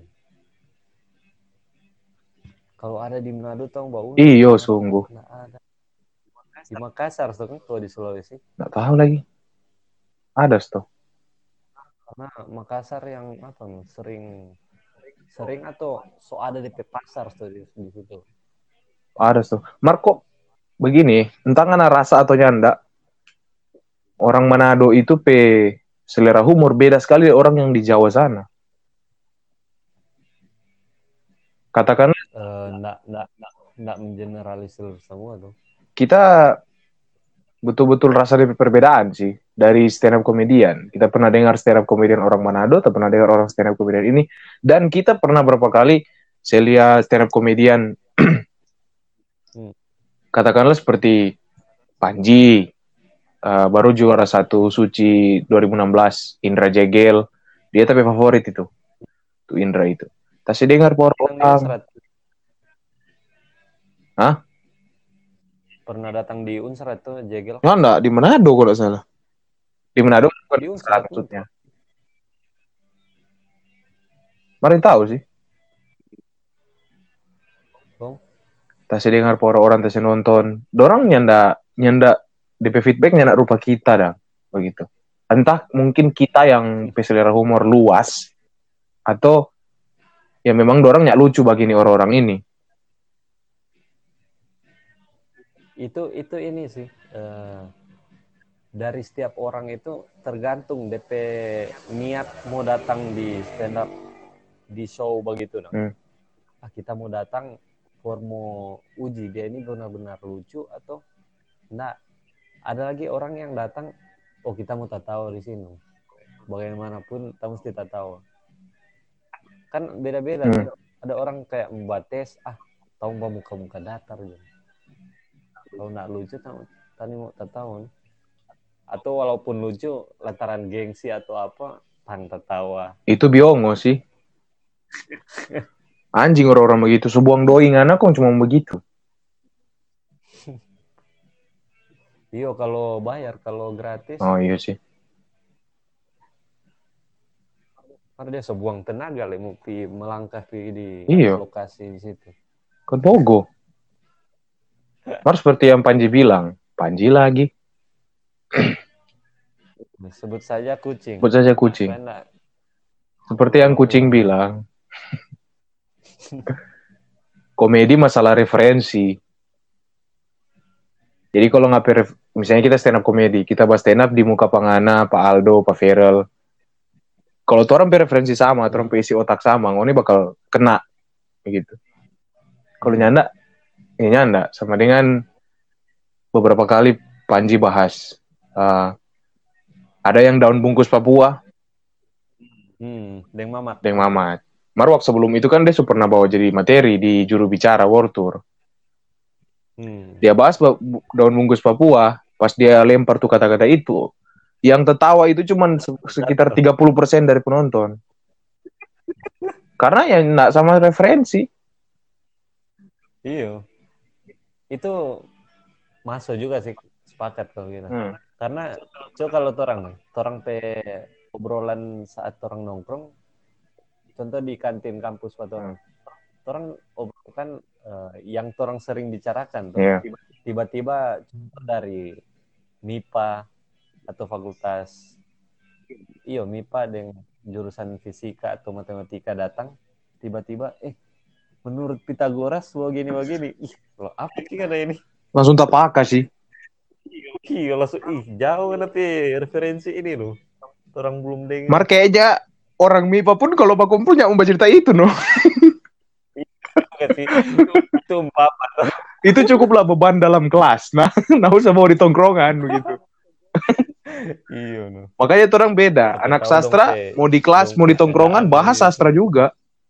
Kalau ada di Manado tau Mbak Uni? Iyo sungguh. Nggak ada. Di Makassar tuh kan kalau di Sulawesi. Nggak tahu lagi. Ada tuh. Karena Makassar yang apa sering atau ada di pasar tuh di situ. Ada tuh. Marco begini, entah karena rasa atau nyanda. Orang Manado itu selera humor beda sekali orang yang di Jawa sana. Katakanlah enggak mengeneralisir semua tuh. Kita betul-betul rasa perbedaan sih dari stand up comedian. Kita pernah dengar stand up comedian orang Manado, atau pernah dengar orang stand up comedian ini, dan kita pernah berapa kali saya lihat stand up comedian katakanlah seperti Panji, baru juara 1 Suci 2016, Indra Jegel, dia tapi favorit itu Indra itu. Tasih dengar orang. Hah? Pernah datang di Unsrat tuh Jegel? Enggak, di Manado kalau tidak salah. Di Manado di Unsrat maksudnya. Mari tahu sih. Tasih dengar orang tasih nonton. Dorang nyanda DP feedback nyanda rupa kita dah begitu. Entah mungkin kita yang selera humor luas atau ya memang dorang nyak lucu bagi orang-orang ini. Itu ini sih eh, dari setiap orang itu tergantung DP niat mau datang di stand up di show begitu nah. Kita mau datang for mau uji dia ini benar-benar lucu atau enggak. Ada lagi orang yang datang, oh kita mau tahu di sini. Bagaimanapun kita mesti tahu. Kan beda-beda. Ada orang kayak membuat tes, tahu muka-muka datar gitu. Kalau enggak lucu tadi mau tahu. Atau walaupun lucu lantaran gengsi atau apa pan tertawa. Itu biongo sih. Anjing orang-orang begitu, sebuang doi anak kok cuma begitu. Iya kalau bayar, kalau gratis. Oh iya sih. Karena dia sebuang tenaga mau melangkah di lokasi di situ. Ke Bogo. Harus seperti yang Panji bilang, Panji lagi. Sebut saja kucing. Sebut saja kucing. Seperti yang kucing bilang. Komedi masalah referensi. Jadi kalau misalnya kita stand up komedi, kita bahas stand up di muka Pangana, Pak Aldo, Pak Feral. Kalau orang preferensi sama, orang isi otak sama, ini bakal kena begitu. Kalau nyanda, ya nyanda. Sama dengan beberapa kali Panji bahas. Ada yang daun bungkus Papua. Deng Mamat. Marwak sebelum itu kan dia pernah bawa jadi materi di juru bicara World Tour. Dia bahas daun bungkus Papua, pas dia lempar tuh kata-kata itu, yang tertawa itu cuma sekitar 30% dari penonton. Karena ya nggak sama referensi. Iya. Itu masuk juga sih, sepakat kalau gitu. Karena kalau orang obrolan saat orang nongkrong, contoh di kantin kampus atau orang obrolan yang orang sering bicarakan tuh. Tiba-tiba contoh dari MIPA atau fakultas MIPA dengan jurusan fisika atau matematika datang, tiba-tiba menurut Pitagoras begini. Loh apa sih kata ini? Langsung tapaka sih. Iya langsung jauh tapi referensi ini loh. Orang belum dengar. Markeja orang MIPA pun kalau bakumpul nggak mau cerita itu no. Itu umpaman. Itu cukuplah beban dalam kelas. Nah usah mau di tongkrongan begitu. Iya no. Makanya orang beda. Anak sastra mau di kelas mau di tongkrongan bahas sastra juga.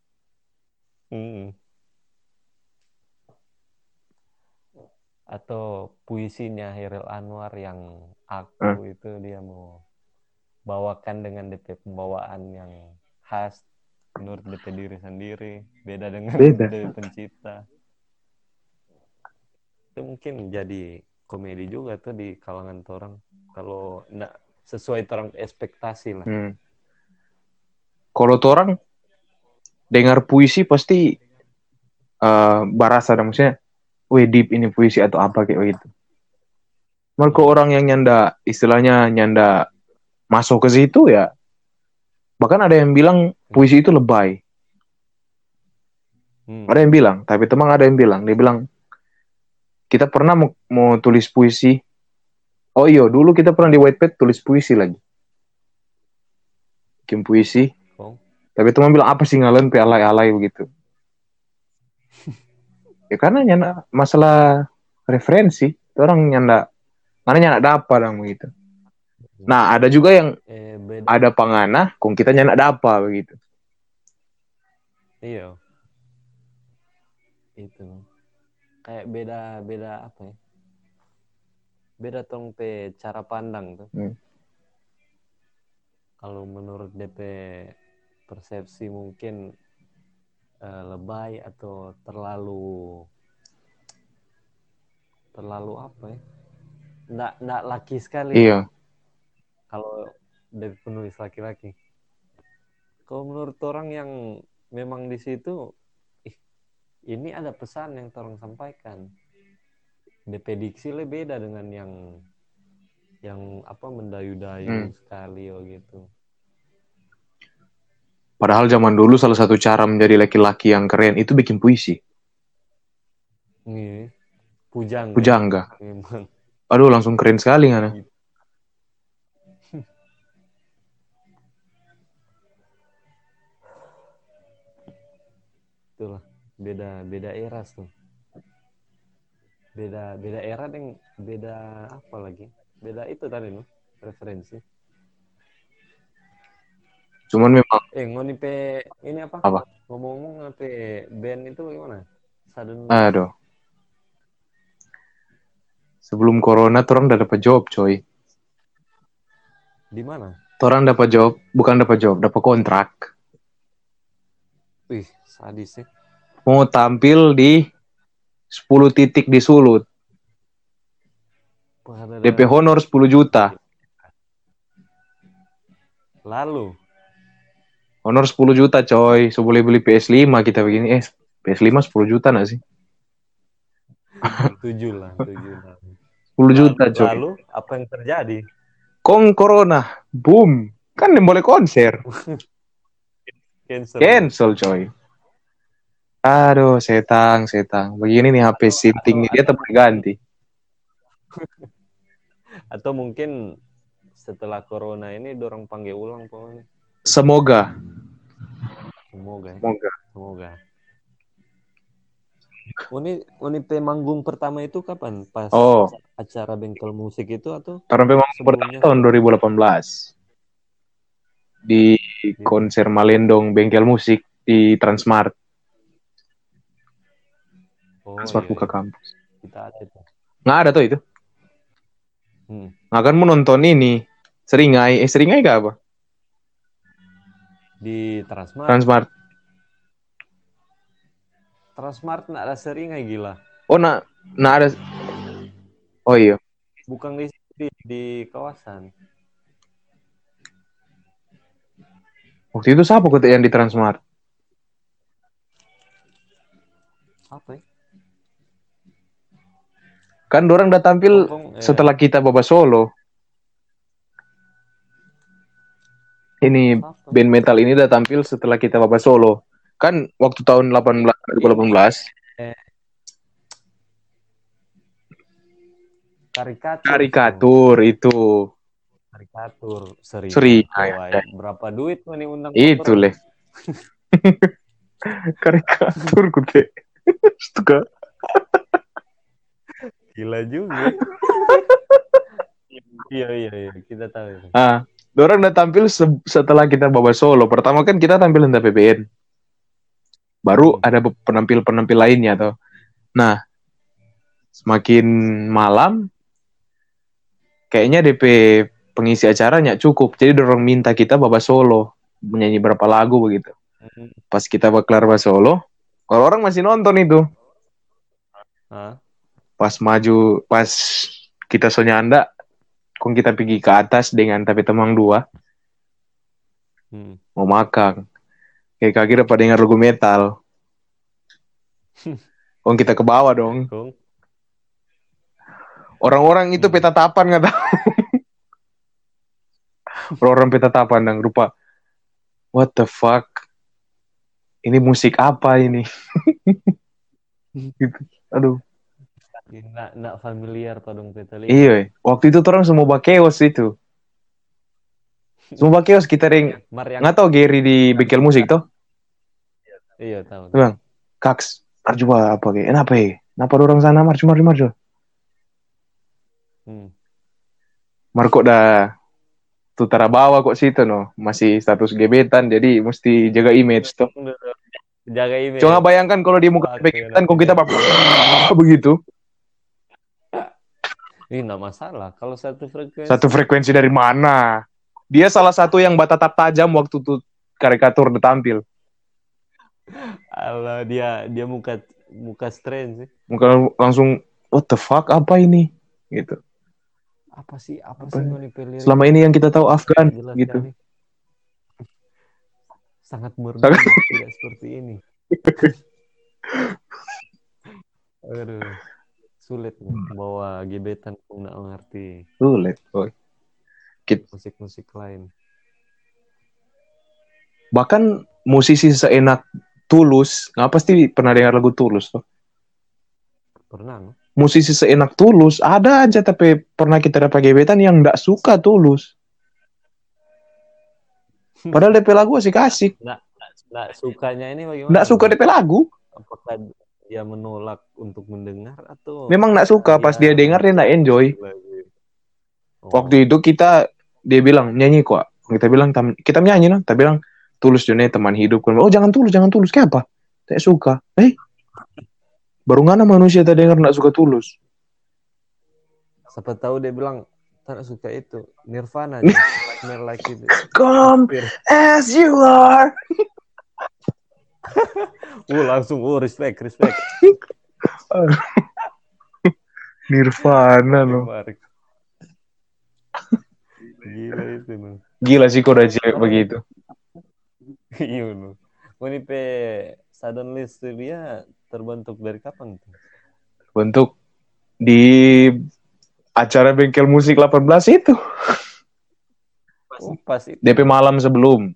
Atau puisinya Hairil Anwar yang aku itu dia mau bawakan dengan DP pembawaan yang khas menurut DP diri sendiri, beda dengan DP pencipta. Itu mungkin jadi komedi juga tuh di kalangan orang kalau enggak sesuai orang ekspektasi lah. Kalau orang dengar puisi pasti barasa maksudnya deep ini puisi atau apa kayak gitu. Mereka orang yang istilahnya nyanda masuk ke situ ya. Bahkan ada yang bilang puisi itu lebay. Ada yang bilang, tapi teman ada yang bilang, dia bilang kita pernah mau tulis puisi. Oh iya, dulu kita pernah di Whitepad tulis puisi lagi. Bikin puisi. Tapi teman bilang apa sih ngalen pe alay-alay begitu. Ya karena nyanda masalah referensi, orang nyanda dapat dong begitu. Nah, ada juga yang ada Pangana, kong kita nyanda dapat begitu. Iya. Itu. Kayak beda apa ya? Beda tong pe cara pandang tuh. Kalau menurut DP persepsi mungkin lebay atau terlalu apa ya? Nggak laki sekali. Iya. Kalau dari penulis laki-laki. Kalau menurut orang yang memang di situ, ini ada pesan yang orang sampaikan. DP diksi lebih beda dengan yang apa mendayu-dayu sekali gitu. Padahal zaman dulu salah satu cara menjadi laki-laki yang keren itu bikin puisi. Iya. Pujangga. Pujangga. Memang. Aduh, langsung keren sekali Ngana. Itulah beda era tuh. Beda era dan beda apa lagi? Beda itu tadi no, referensi. Cuman memang Ngoni ini apa? apa? Ngomong-ngomong band itu gimana? Sudden Love. Aduh. Sebelum corona, orang udah dapat job, coy. Di mana? Orang dapat job, bukan dapat job, dapat kontrak. Wih, sadis sih. Mau tampil di 10 titik di Sulut. DP honor 10 juta. Lalu? Honor 10 juta, coy. So boleh beli PS5 kita begini. PS5 10 juta gak sih? 7 lah. 10 juta, coy. Lalu, apa yang terjadi? Corona. Boom. Kan yang boleh konser. Cancel, coy. Aduh, setang. Begini nih HP sinting nih, dia tetap ganti. Atau mungkin setelah corona ini dorong panggil ulang pokoknya. Semoga. Uni manggung pertama itu kapan? Pas acara bengkel musik itu atau? Sampai manggung pertama tahun 2018. Di konser Malendong bengkel musik di Transmart. Transmart buka kampus. Kita ada itu. Nggak ada tuh itu. Nggak kan mau nonton ini. Seringai gak apa? Di Transmart. Transmart nggak ada seringai gila. Oh, nggak ada. Oh iya. Bukan di kawasan. Waktu itu siapa kota yang di Transmart? Apa ya? Kan dorang udah tampil setelah kita Baba Solo. Ini band metal ini udah tampil setelah kita Baba Solo. Kan waktu tahun 2018. Karikatur itu. Karikatur seri. Berapa duit nih undang? Itu leh. Karikatur kude. Astaga. Gila juga. Iya, kita tahu. Dorang udah tampil setelah kita Baba Solo. Pertama kan kita tampil di PBN. Baru ada penampil lainnya tuh. Nah, semakin malam kayaknya DP pengisi acaranya cukup. Jadi dorang minta kita Baba Solo menyanyi berapa lagu begitu. Pas kita kelar Baba Solo, kalau orang masih nonton itu. Pas kita sonyanda, kong kita pergi ke atas dengan tapi temang 2. Mau makan. Kayak kaki dapat dengar lagu metal. Kong kita ke bawah dong. Orang-orang itu petatapan nggak tahu. Orang-orang petatapan dan rupa. What the fuck? Ini musik apa ini? Gitu. Aduh. Nggak familiar todong petali. Iya, waktu itu orang semua bakeos itu. Semua bakeos kita nggak tahu Gary di bengkel musik tuh. Iya tahu. Bang, Kaks, coba apa kayak? Kenapa orang sana marju. Marco dah tutara bawah kok situ no, masih status gebetan jadi mesti jaga image tuh. Jaga image. Coba bayangkan kalau di muka gebetan kok kita begitu. Ini nggak masalah kalau satu frekuensi. Satu frekuensi dari mana? Dia salah satu yang batatap tajam waktu tuh karikatur tampil. Allah, dia muka strange sih. Muka langsung what the fuck apa ini? Gitu. Apa sih manipulasi? Selama ini yang kita tahu Afgan gitu. Kali. Sangat murni tidak seperti ini. Aduh. Sulit bawa gebetan pun nggak ngerti. Sulit, boy. Musik-musik lain. Bahkan musisi seenak Tulus, nggak pasti pernah dengar lagu Tulus tuh. Pernah, no? musisi seenak Tulus ada aja, tapi pernah kita dapat gebetan yang nggak suka Tulus. Padahal DP lagu asik-asik. Nggak sukanya ini bagaimana? Nggak suka DP lagu. Apakah dia menolak untuk mendengar atau Memang nggak suka, pas dia dengar dia nggak enjoy. Waktu itu dia bilang nyanyi kok. Kita bilang kita nyanyi no. Kita bilang Tulus Jone teman hidup. Oh jangan tulus kayak apa? Tidak suka. Baru ngana manusia tadi dengar nggak suka Tulus. Siapa tahu dia bilang tak suka itu Nirvana aja. Smell Like It. Come as you are. Langsung respect. Nirvana loh. Gila itu loh. Gila sih kok udah jelek begitu. Iya loh. Ini Sudden List dia terbentuk dari kapan tuh? Bentuk di acara Bengkel Musik 18 itu. Pas itu. DP malam sebelum.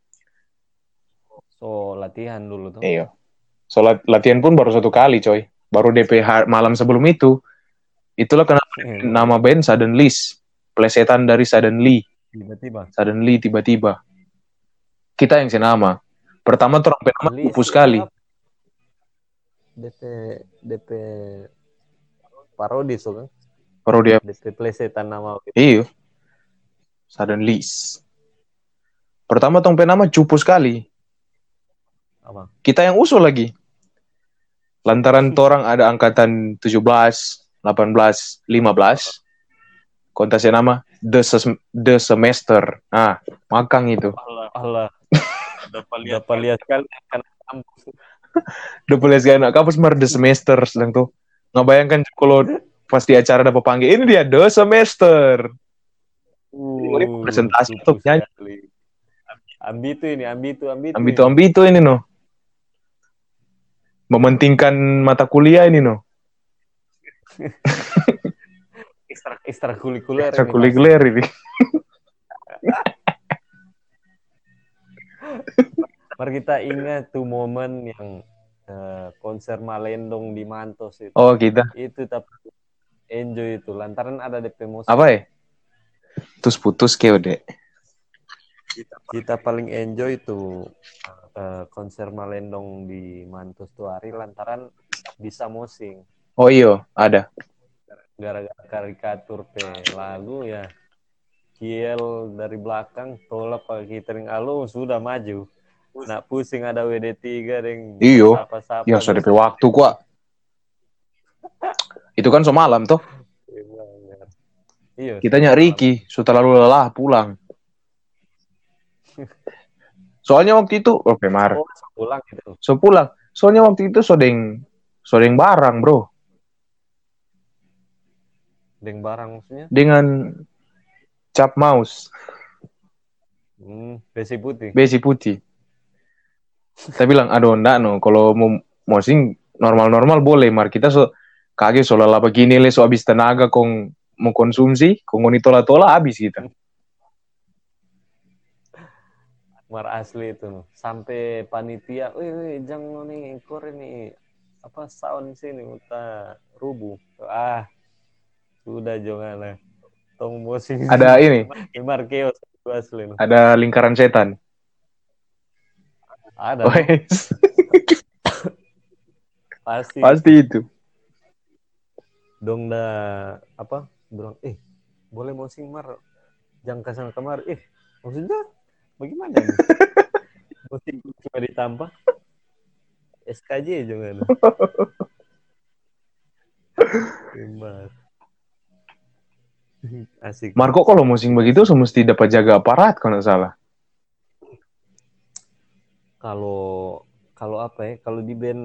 So latihan dulu tuh. Iya. So latihan pun baru 1 kali coy. Baru DP malam sebelum itu. Itulah kenapa nama band Sudden List. Plesetan dari Suddenly. Suddenly tiba-tiba. Kita yang senama. Pertama trompet nama kupu sekali. DP parodi so kan? Parodi DP plesetan nama. Iya. Suddenly. Pertama trompet nama cupu sekali. Apa? Kita yang usul lagi. Lantaran torang ada angkatan 17, 18, 15. Kontasnya nama The Semester. Makang itu. Allah. Dapat lihat sekali kan kampus. Dapat lihat sekali anak kampus The Semester sedang tuh. Ngebayangkan kalau pasti acara dapat panggil ini dia The Semester. Presentasi tuh nyanyi. Ambitu ini no. Mementingkan mata kuliah ini no. Ekstrakurikuler ini. Mari kita ingat tuh momen yang konser Malendong di Mantos itu. Oh kita. Itu tapi enjoy itu. Lantaran ada DP musik. Apa ya? Terus putus dek. Kita paling enjoy itu konser Malendong di Mantos tuh hari lantaran bisa musing. Oh iya ada. Gara-gara karikatur lagu ya. Kiel dari belakang tolak pakai catering sudah maju. Nak pusing ada WD3 deng. Iyo. Ya sudah DP waktu kok. Itu kan semalam toh. Iya. Kita nyari Ricky, sudah lalu lelah pulang. Soalnya waktu itu Mar. Pulang gitu. Pulang. Soalnya waktu itu sodeng barang, bro. Deng barang maksudnya? Dengan cap mouse. Besi putih. Saya bilang, aduh enggak no, kalau mau mosing normal-normal boleh, Mar. Kita kaget soalnya begini le, habis tenaga kong mau konsumsi, kong mau tola habis kita. Mar asli itu no. Sampai panitia, jangan nih kore nih apa sound sini uta rubuh. Sudah jangan lah. Tong mosing. Ada ini. Markeos asli. Ada lingkaran setan. Ada. Pasti itu. Dong bilang, boleh mosing Mar. Jangan kesana kamar. Maksudnya bagaimana nih? Mosing cuma ditambah. SKJ jangan. Mas. Asik. Marco kalau mosing begitu semesti dapat jaga aparat kalau nggak salah. Kalau apa ya? Kalau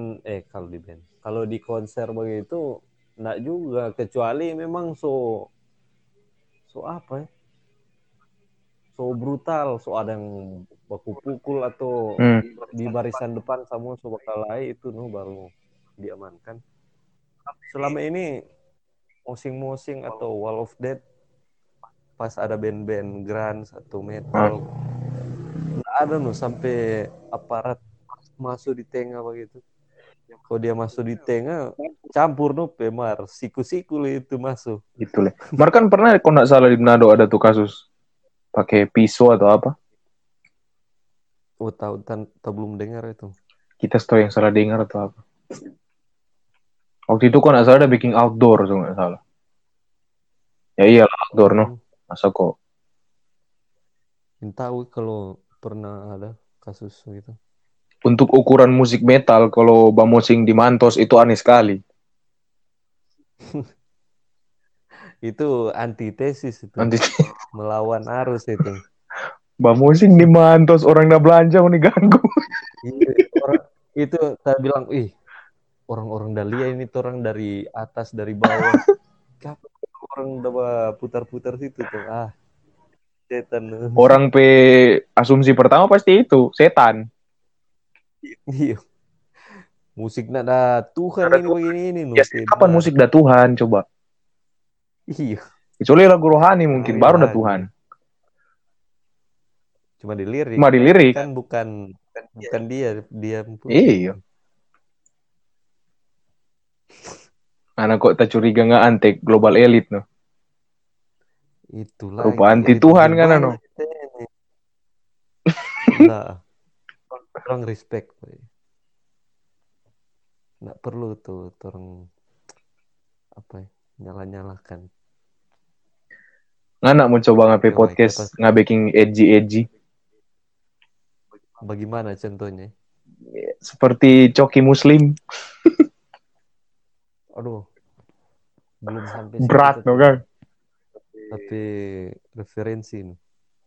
di konser begitu enggak juga, kecuali memang so apa ya? So brutal, so ada yang baku pukul atau di barisan depan sama so bakal lain itu baru diamankan. Selama ini mosing-mosing atau Wall of Death pas ada band-band grunge atau metal nggak ada sampai aparat masuk di tengah begitu. Kalau dia masuk di tengah, campur no pemar, siku-siku itu masuk. Gitu lah. Mar kan pernah kalau nggak salah di Manado ada tuh kasus pakai pisau atau apa. Oh tahu, belum dengar itu. Kita story yang salah dengar atau apa. Waktu itu kok nggak salah ada bikin outdoor tuh nggak salah. Ya iyalah outdoor no. Masa kok. Tahu kalau pernah ada kasus gitu. Untuk ukuran musik metal, kalau Bamosing di Mantos itu aneh sekali. Itu antitesis itu. Nanti Melawan arus itu. Bamosing di Mantos, orang udah belanja mau diganggu. Iya, itu saya bilang, ih, orang-orang Dalia ini tuh orang dari atas, dari bawah. Kapan orang udah putar-putar situ tuh. Ah, setan. Orang asumsi pertama pasti itu, setan. Iya. Musik nada Tuhan Ada ini Tuhan. begini ini Ya, kapan musik dah Tuhan coba? Iya. Kecuali lagu rohani mungkin, baru dah Tuhan. Cuma dilirik. Cuma dilirik. Kan bukan dia pun. Iya. Anak kok tak curiga nggak antek global elite no. Itulah. Rupa anti Tuhan kan no. Nah, orang respect. Nggak perlu tuh orang apa ya, nyala-nyalakan. Nggak mau coba ngapain podcast ngabeking edgy. Bagaimana contohnya? Seperti Coki Muslim. Aduh, belum sampai berat no kan. Tapi referensi nih.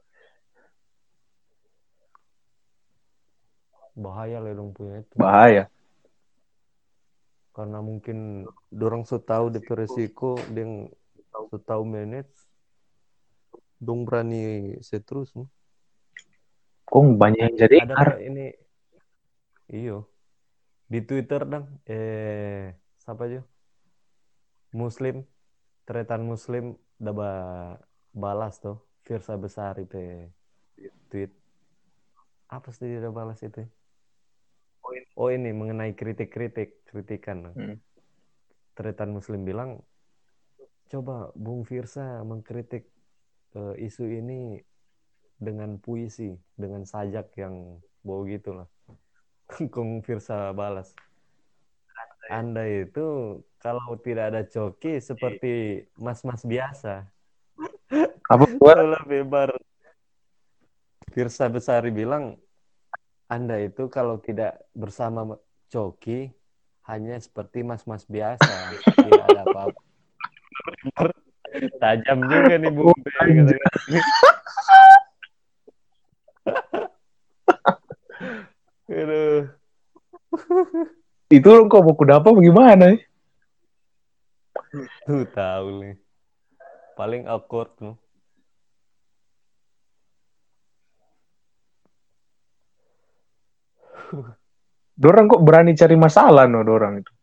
Bahaya lah dong punya itu. Bahaya. Karena mungkin dorang tahu di resiko, dia tahu manage, dong berani seterus. Kok banyak yang jadi ada ini, iyo di Twitter dong, siapa aja? Muslim, tretan Muslim, udah balas tuh, Firsa Besari pe tweet. Apa sih dia udah balas itu? Oh ini mengenai kritikan. Tretan Muslim bilang, coba Bung Firsa mengkritik isu ini dengan puisi, dengan sajak yang bau gitulah. Kung Firsa balas, Anda itu kalau tidak ada coki seperti mas-mas biasa. Apa buat? Bebar. Firsa Besari bilang, Anda itu kalau tidak bersama coki hanya seperti mas-mas biasa, tidak ada apa-apa. Tajam juga nih Bung. Itu kok buku apa bagaimana? Tuh tahu nih. Paling awkward tuh. Dorang kok berani cari masalah no dorang itu.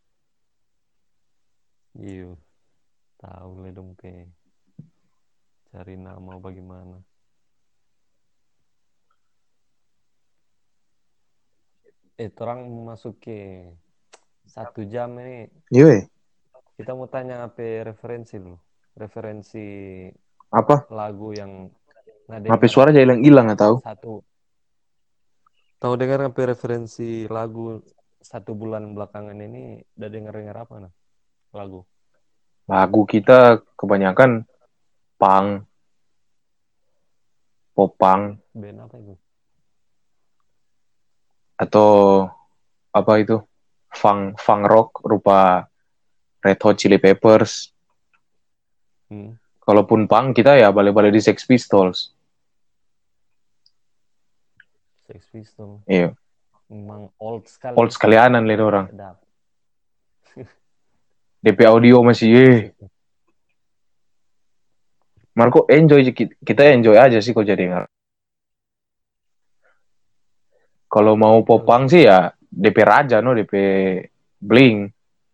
Iya. Tahu lah dong pe. Cari nama bagaimana. Orang masuk ke 1 jam ini. Iya. Kita mau tanya apa referensi dulu. Referensi apa? Lagu yang HP suara aja hilang atau? Tahu dengar apa referensi lagu 1 bulan belakangan ini? Udah dengar apa nah? Lagu kita kebanyakan punk, pop punk. Band apa itu? Atau apa itu? Funk rock rupa Red Hot Chili Peppers. Kalaupun punk kita ya balik-balik di Sex Pistols. Sex Pistols. Iya. Memang old sekali. Old sekalianan lihat orang. DP audio masih Marco enjoy, kita enjoy aja sih kok jadi nggak. Kalau mau popang sih ya DP Raja no, DP Blink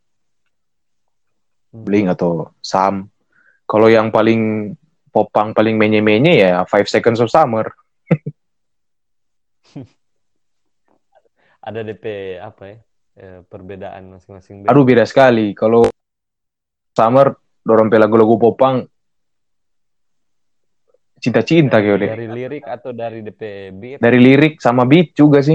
atau Sam. Kalau yang paling popang paling menye-menye ya 5 Seconds of Summer. Ada DP apa ya? perbedaan masing-masing Aduh band. beda sekali. Kalau Summer dorong pe lagu-lagu popang cinta-cinta Dari gitu deh. dari lirik atau dari DP beat? Dari lirik sama beat juga sih.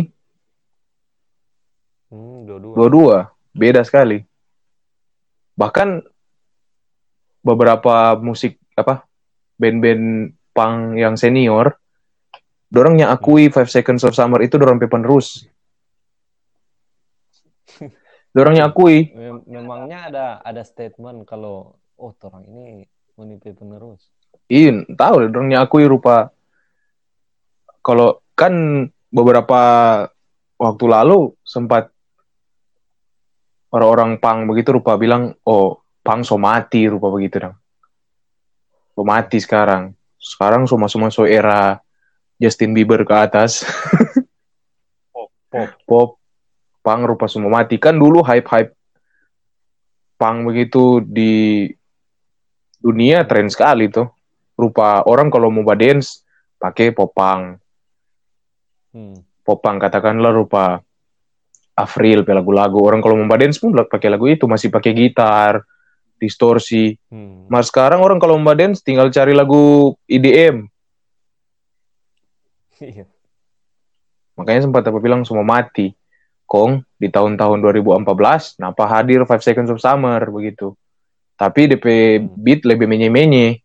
Dua-dua. Dua-dua beda sekali. Bahkan beberapa musik band-band punk yang senior, dorongnya akui Five Seconds of Summer itu dorong pe penerus. Dorongnya akui. Memangnya ada statement kalau orang ini menipu penerus. Iya, tahu dorongnya akui rupa. Kalau kan beberapa waktu lalu sempat orang-orang punk begitu rupa bilang, oh punk so mati rupa begitu dong. So mati sekarang. Sekarang so era Justin Bieber ke atas. Pop, punk rupa semua mati. Kan dulu hype punk begitu di dunia tren sekali tuh. Rupa orang kalau mau dance pakai popang. Popang katakanlah rupa Avril pakai lagu-lagu. Orang kalau mau dance pun pakai lagu itu, masih pakai gitar, distorsi. Mas sekarang orang kalau mau dance tinggal cari lagu EDM. Iya. Makanya sempat apa bilang semua mati. Kong di tahun-tahun 2014, kenapa hadir 5 Seconds of Summer begitu. Tapi DP beat lebih menye-menye.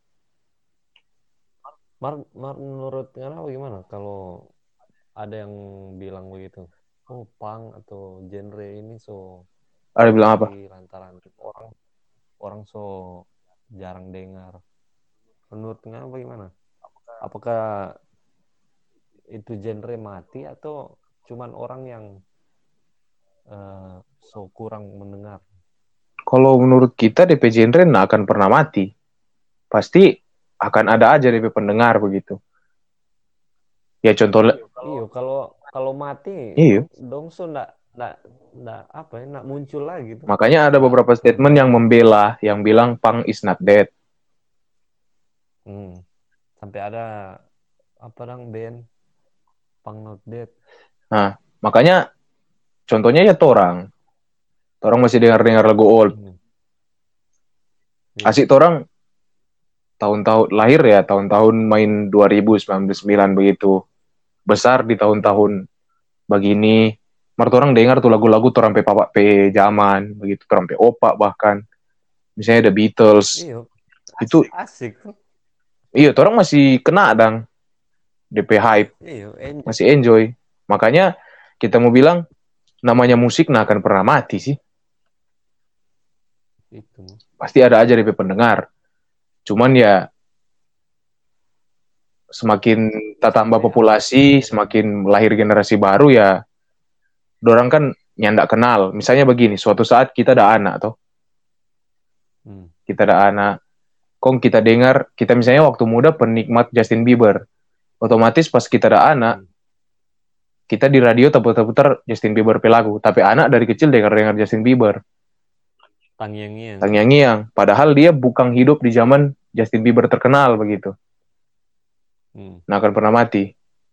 Menurut Ngana bagaimana kalau ada yang bilang begitu? Oh, punk atau genre ini so Ada bilang apa? lantaran orang so jarang dengar. Menurut Ngana bagaimana? Apakah itu genre mati atau cuman orang yang so kurang mendengar? Kalau menurut kita DP genre nggak akan pernah mati. Pasti akan ada aja DP pendengar begitu. Ya contoh. Iya, kalau mati, iya. dong so nggak muncul lagi tuh. Makanya ada beberapa statement yang membela, yang bilang punk is not dead. Sampai ada band punk not dead. Nah, makanya contohnya ya Torang masih dengar lagu old. Asik Torang tahun-tahun lahir ya, tahun-tahun main 2099 begitu. Besar di tahun-tahun begini. Orang dengar tuh lagu-lagu Torang pe papak pe zaman begitu, Torang pe opak bahkan. Misalnya The Beatles. Iya. Itu asik. Iya, Torang masih kena dang DP hype. Iya, masih enjoy. Makanya kita mau bilang namanya musik nggak akan pernah mati sih. Itu. Pasti ada aja DP pendengar. Cuman ya semakin tambah populasi, semakin lahir generasi baru ya, dorang kan nyandak kenal. Misalnya begini, suatu saat kita ada anak toh. Kita ada anak. Kong kita dengar, kita misalnya waktu muda penikmat Justin Bieber. Otomatis pas kita ada anak, kita di radio putar Justin Bieber pe lagu. Tapi anak dari kecil dengar Justin Bieber. Tangyangiang. Padahal dia bukan hidup di zaman Justin Bieber terkenal begitu. Nah akan pernah mati.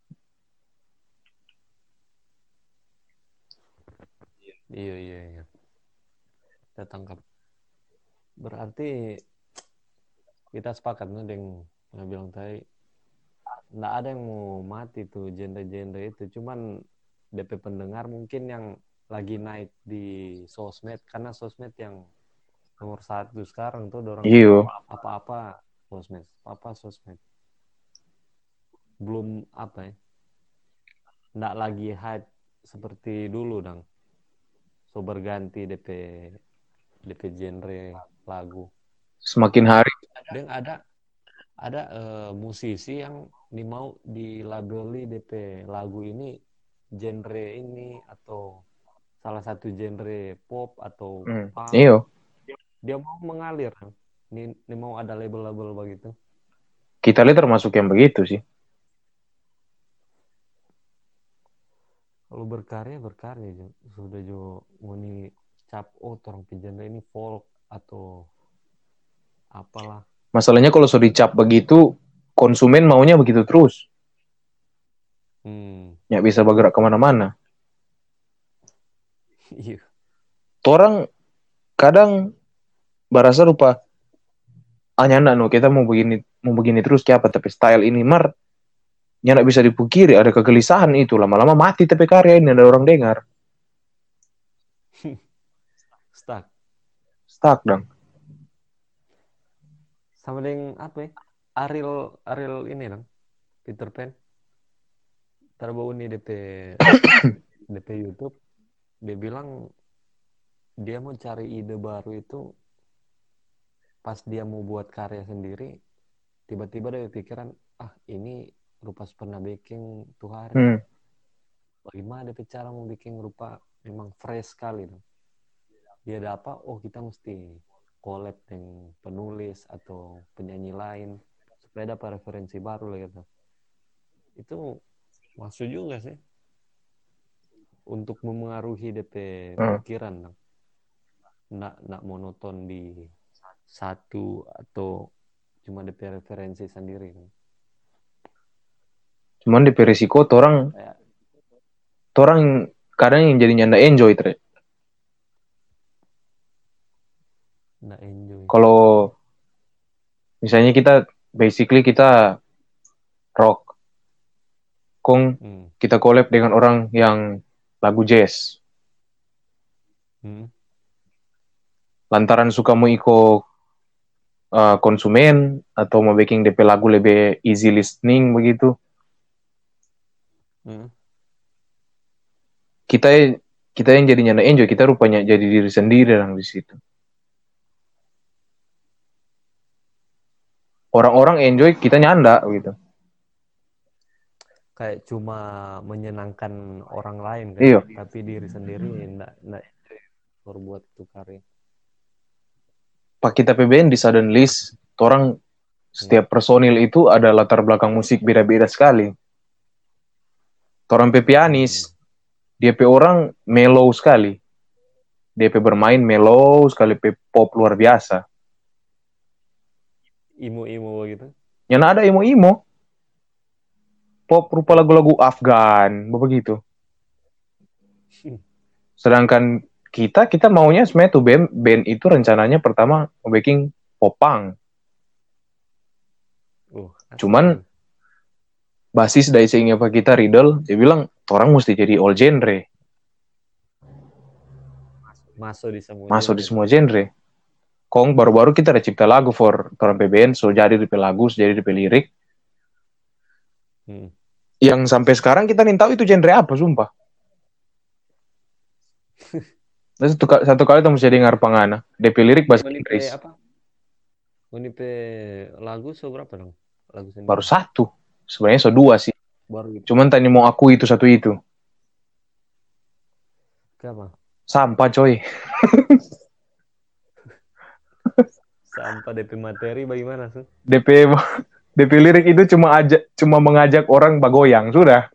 Iya. Kita tangkap. Berarti kita sepakat nih dengan yang bilang tadi, nggak ada yang mau mati tuh genre-genre itu. Cuman DP pendengar mungkin yang lagi naik di sosmed, karena sosmed yang nomor 1 sekarang tuh dorong apa-apa sosmed. Belum nggak lagi hype seperti dulu dong. So berganti DP genre lagu. Semakin hari. Dan ada musisi yang mau dilabeli DP lagu ini genre ini atau salah satu genre pop atau punk. Iya. Dia mau mengalir. Ini mau ada label-label begitu. Kita lihat termasuk yang begitu sih. Kalau berkarya sudah mau cap orang genre ini folk atau apalah. Masalahnya kalau sudah dicap begitu, konsumen maunya begitu terus. Nggak bisa bergerak kemana-mana. Iya. Torang kadang berasa rupa nyana no kita mau begini terus kayak apa, tapi style ini nyana bisa dipungkiri ada kegelisahan itu, lama-lama mati tapi karya ini ada orang dengar. Stuck dong. Sama dengan apa ya? Ariel ini dong. Peter Pan. Terbau nih DP YouTube. Dia bilang dia mau cari ide baru itu pas dia mau buat karya sendiri, tiba-tiba dia pikiran, ini rupa pernah bikin tuh hari. Bagaimana dia cara mau bikin rupa memang fresh sekali dong. Dia ada apa? Kita mesti collab dengan penulis atau penyanyi lain supaya dapat referensi baru lah gitu. Itu masuk juga sih untuk memengaruhi DP pikiran. Nak monoton di satu atau cuma DP referensi sendiri. Cuman DP resiko orang kadang yang jadi nyanda enjoy tre. Nggak enjoy. Kalau misalnya kita rock, kita collab dengan orang yang lagu jazz. Lantaran suka mau ikut konsumen atau mau bikin DP lagu lebih easy listening begitu. Kita yang jadi nyanda enjoy, kita rupanya jadi diri sendiri orang di situ. Orang-orang enjoy, kita nyanda gitu. Kayak cuma menyenangkan orang lain kan, Iyo. Tapi diri sendiri enggak enjoy berbuat itu karya. Pak kita PBN di Sudden List, orang setiap personil itu ada latar belakang musik beda-beda sekali. Orang pianis, DP orang mellow sekali. DP bermain mellow sekali, pop luar biasa. Imo gitu. Yang ada imo. Pop rupa lagu-lagu Afgan, begitu. Sedangkan kita maunya sebenarnya tuh band itu rencananya pertama making popang. Cuman basis dari sehingga Pak kita Riddle, dia bilang orang mesti jadi all genre. Masuk di semua genre. Kong baru-baru kita ada cipta lagu for orang PBN, so jadi DP lagu, jadi DP lirik. Yang sampai sekarang kita nih tahu itu genre apa, sumpah. Satu kali tuh mesti dengar pangana. DP lirik bahasa Inggris. DP lagu seberapa dong? Lagu sendiri. Baru satu. Sebenarnya dua sih. Baru gitu. Cuman tadi mau aku itu satu itu. Kenapa? Sampah coy. Sampah DP materi bagaimana sih? DP lirik itu cuma mengajak orang bagoyang, sudah.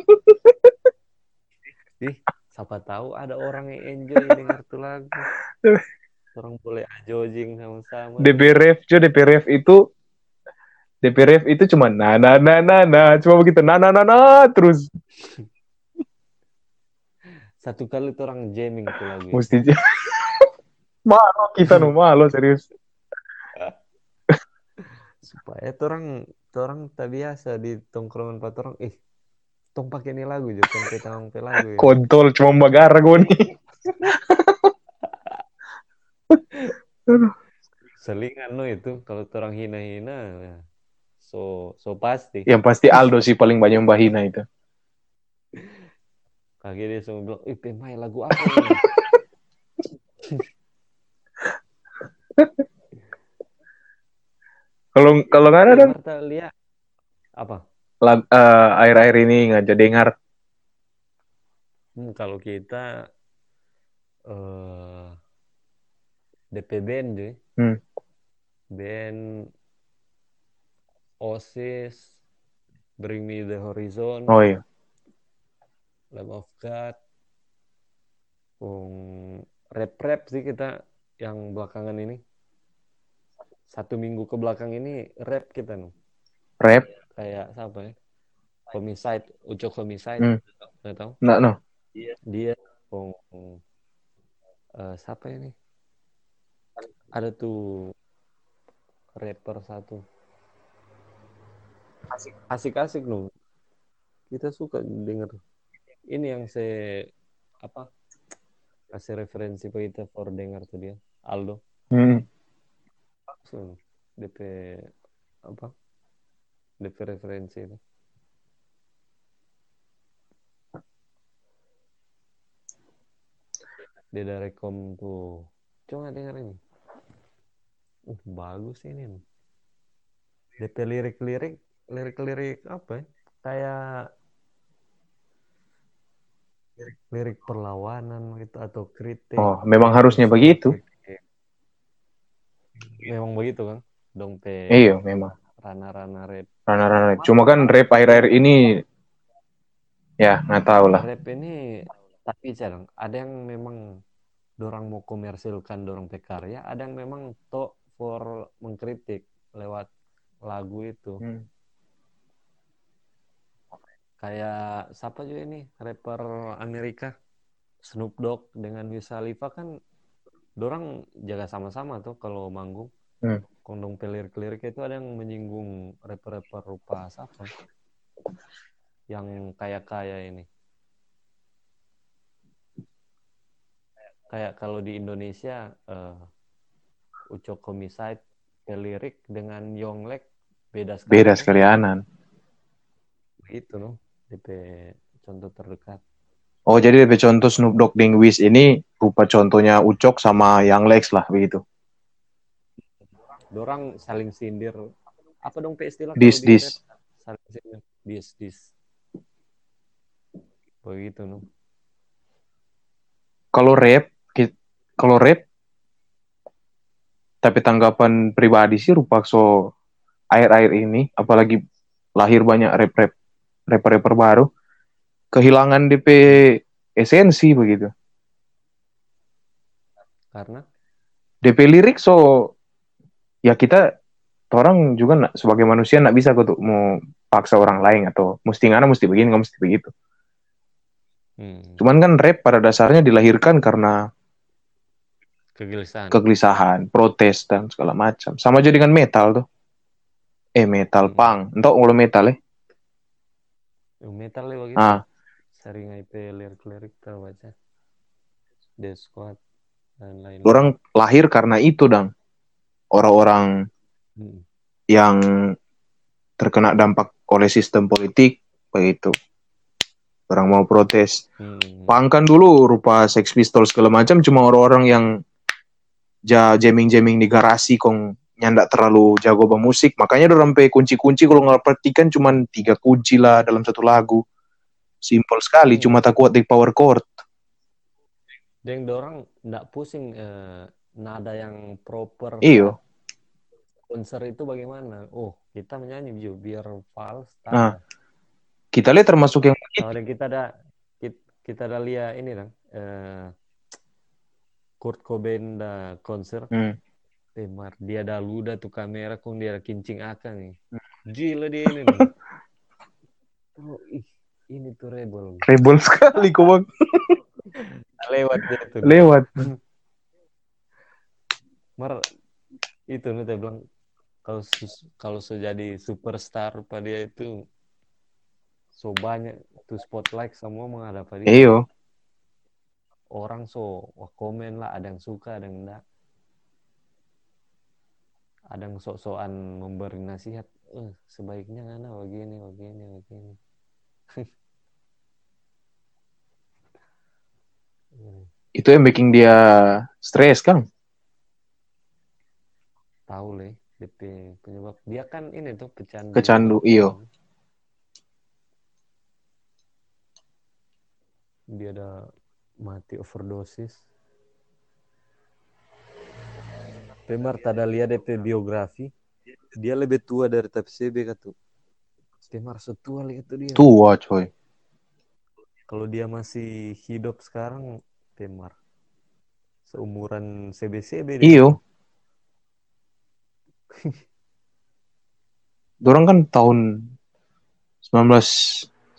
Siapa tahu ada orang yang enjoy dengar tuh lagu. Orang boleh ajojing sama-sama. DP ref itu cuma na cuma begitu na terus. Satu kali tuh orang jamming tuh lagu. Mesti malu kita malu serius. Supaya orang tak biasa di tongkrongan pat orang, tong pakai ini lagu aja, tong petang lagu. Ya. Kontol cuma bagara gue nih. Selingan itu kalau orang hina-hina ya. So pasti. Yang pasti Aldo sih paling banyak membahina itu. Kaget dia semua bilang, pemain lagu apa ini? Kalau nggak ada lihat apa? Air-air ini ngajak dengar. Kalau kita DP band juga. Band Oasis, Bring Me the Horizon. Oh iya. Lamb of God. Rap sih kita yang belakangan ini. 1 minggu ke belakang ini rap kita nih. Rap? Kayak siapa ya? Homicide, Ucok Homicide. Nggak tahu? Nggak, no. Dia siapa ini? Ada tuh rapper satu. Asik-asik loh. Kita suka denger. Ini yang saya apa? Kasih referensi ke kita for denger tuh dia. Aldo. So, DP apa? DP referensi itu. Dia dari rekom tuh. Coba denger ini. Bagus ini. DP lirik apa ya? Kayak lirik perlawanan gitu atau kritik. Oh, memang harusnya begitu. Kritik. Memang begitu kan? Dong Iya, memang. Rana-rana rap. Rana-rana. Cuma kan rap akhir-akhir ini ya nggak tahu lah. Rap ini tapi jarang. Ada yang memang dorang mau komersilkan dorang karya, ada yang memang for mengkritik lewat lagu itu. Kayak siapa juga ini rapper Amerika Snoop Dogg dengan Wiz Khalifa kan dorang jaga sama-sama tuh kalau manggung. Kondong pelir-pelir itu ada yang menyinggung rapper-rapper rupa siapa yang kaya-kaya ini. Kayak kalau di Indonesia Ucok Homicide pelirik dengan Yonglek beda sekali. Beda sekalianan. Itu loh DP contoh terdekat. Oh, jadi DP contoh Snoop Dogg dengan Wiz ini rupa contohnya Ucok sama Young Lex lah begitu. Dorang saling sindir. Apa dong istilah dis. Saling sindir. Dis. Begitu loh. Kalau rap tapi tanggapan pribadi sih rupa so akhir-akhir ini apalagi lahir banyak rapper baru kehilangan DP esensi begitu. Karena DP lirik so ya kita orang juga sebagai manusia nggak bisa kok mau paksa orang lain atau mesti begini nggak mesti begitu. Cuman kan rap pada dasarnya dilahirkan karena kegelisahan, protes dan segala macam. Sama aja dengan metal tuh. Metal punk. Entah kalau metal metal begitu. Sering IP lirik terbaca. The Squad dan lain-lain. Orang lahir karena itu dong. Orang-orang yang terkena dampak oleh sistem politik begitu. Orang mau protes. Punk kan dulu rupa Sex Pistols segala macam cuma orang-orang yang jamming di garasi kong nyandak terlalu jago bermusik, makanya dorang sampai kunci-kunci kalau nggak perhatikan cuma 3 kunci lah dalam satu lagu. Simple sekali, cuma tak kuat di power chord. Dan dorang nggak pusing nada yang proper. Iyo. Konser itu bagaimana? Kita menyanyi biar fals. Kita lihat termasuk yang dan kita ada lihat ini kan. Kurt Cobain da konser. Dia dah luda tuh kamera kong dia kincing akan nih. Gila dia ini nih. Ini tuh rebel. Rebel sekali kok bang. Lewat dia tuh. Lewat. Itu nih saya bilang kalau jadi superstar pada dia itu so banyak tuh spotlight semua menghadap dia. Iyo. Orang komen lah, ada yang suka, ada yang enggak. Ada yang sok-sokan memberi nasihat, sebaiknya ngana begini. Itu yang bikin dia stres kan? Tahu leh, DP penyebab. Dia kan ini tuh pecandu. Kecandu, iyo. Dia ada mati overdosis. Pemar tada lihat DP biografi, dia lebih tua dari TPCB kata. Pemar setua lihat tuh dia. Tua coy. Kalau dia masih hidup sekarang, Pemar seumuran CBCB dia. Iyo. Dorang kan tahun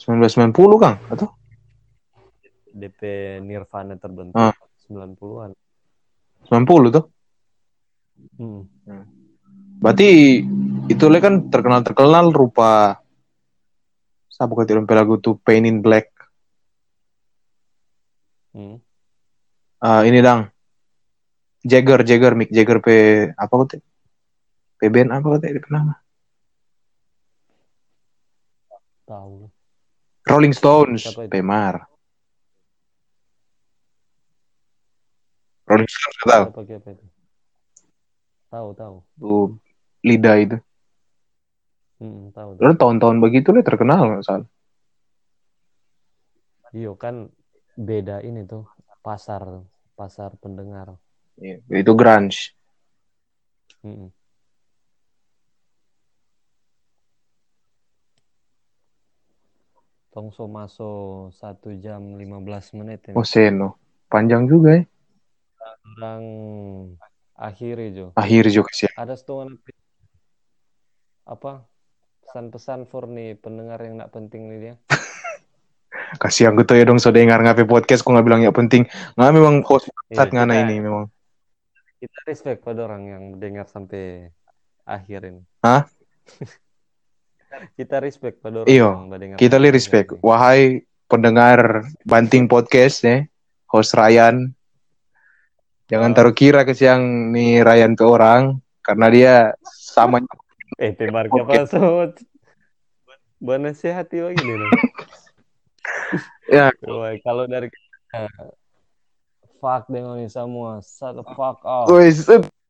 1990 kan atau? DP Nirvana terbentuk 90-an. 90 tuh. Hmm. Berarti itu kan terkenal rupa siapa kata orang lagu tuh Pain in Black. Hmm. Ini dang Mick Jagger apa kata? Band apa kata itu nama? Tahu. Rolling Stones, Siapa itu? Pemar. Rolling Stones nggak tahu. Siapa itu? Tahu. Tuh lidah itu. Tahu. Lalu tahun-tahun begitu lah terkenal nggak salah. Iya kan beda ini tuh pasar pendengar. Iya, itu grunge. Mm-mm. Tongso maso 1 jam 15 menit ini. Oh Seno, panjang juga ya. Orang akhir Jo. Akhir juga sih. Ada setengah apa pesan-pesan for nih pendengar yang nak penting nih dia. Kasihan gue tuh ya dong so dengar ngapain podcast kok nggak bilang ya penting. Nggak memang host saat Iya, ngana ini memang. kita respect pada orang yang mendengar sampai akhir ini. Hah? Kita respect pada orang Iyo, yang mendengar kita sampai li respect. akhir ini. Wahai pendengar Banting Podcast ya, host Ryan. Jangan taruh kira ke siang nih Ryan ke orang karena dia sama. Temar apa so nasihati lagi nih. Ya, Wah, kalau dari kita, fuck dengan ini semua, shut the fuck up. wes,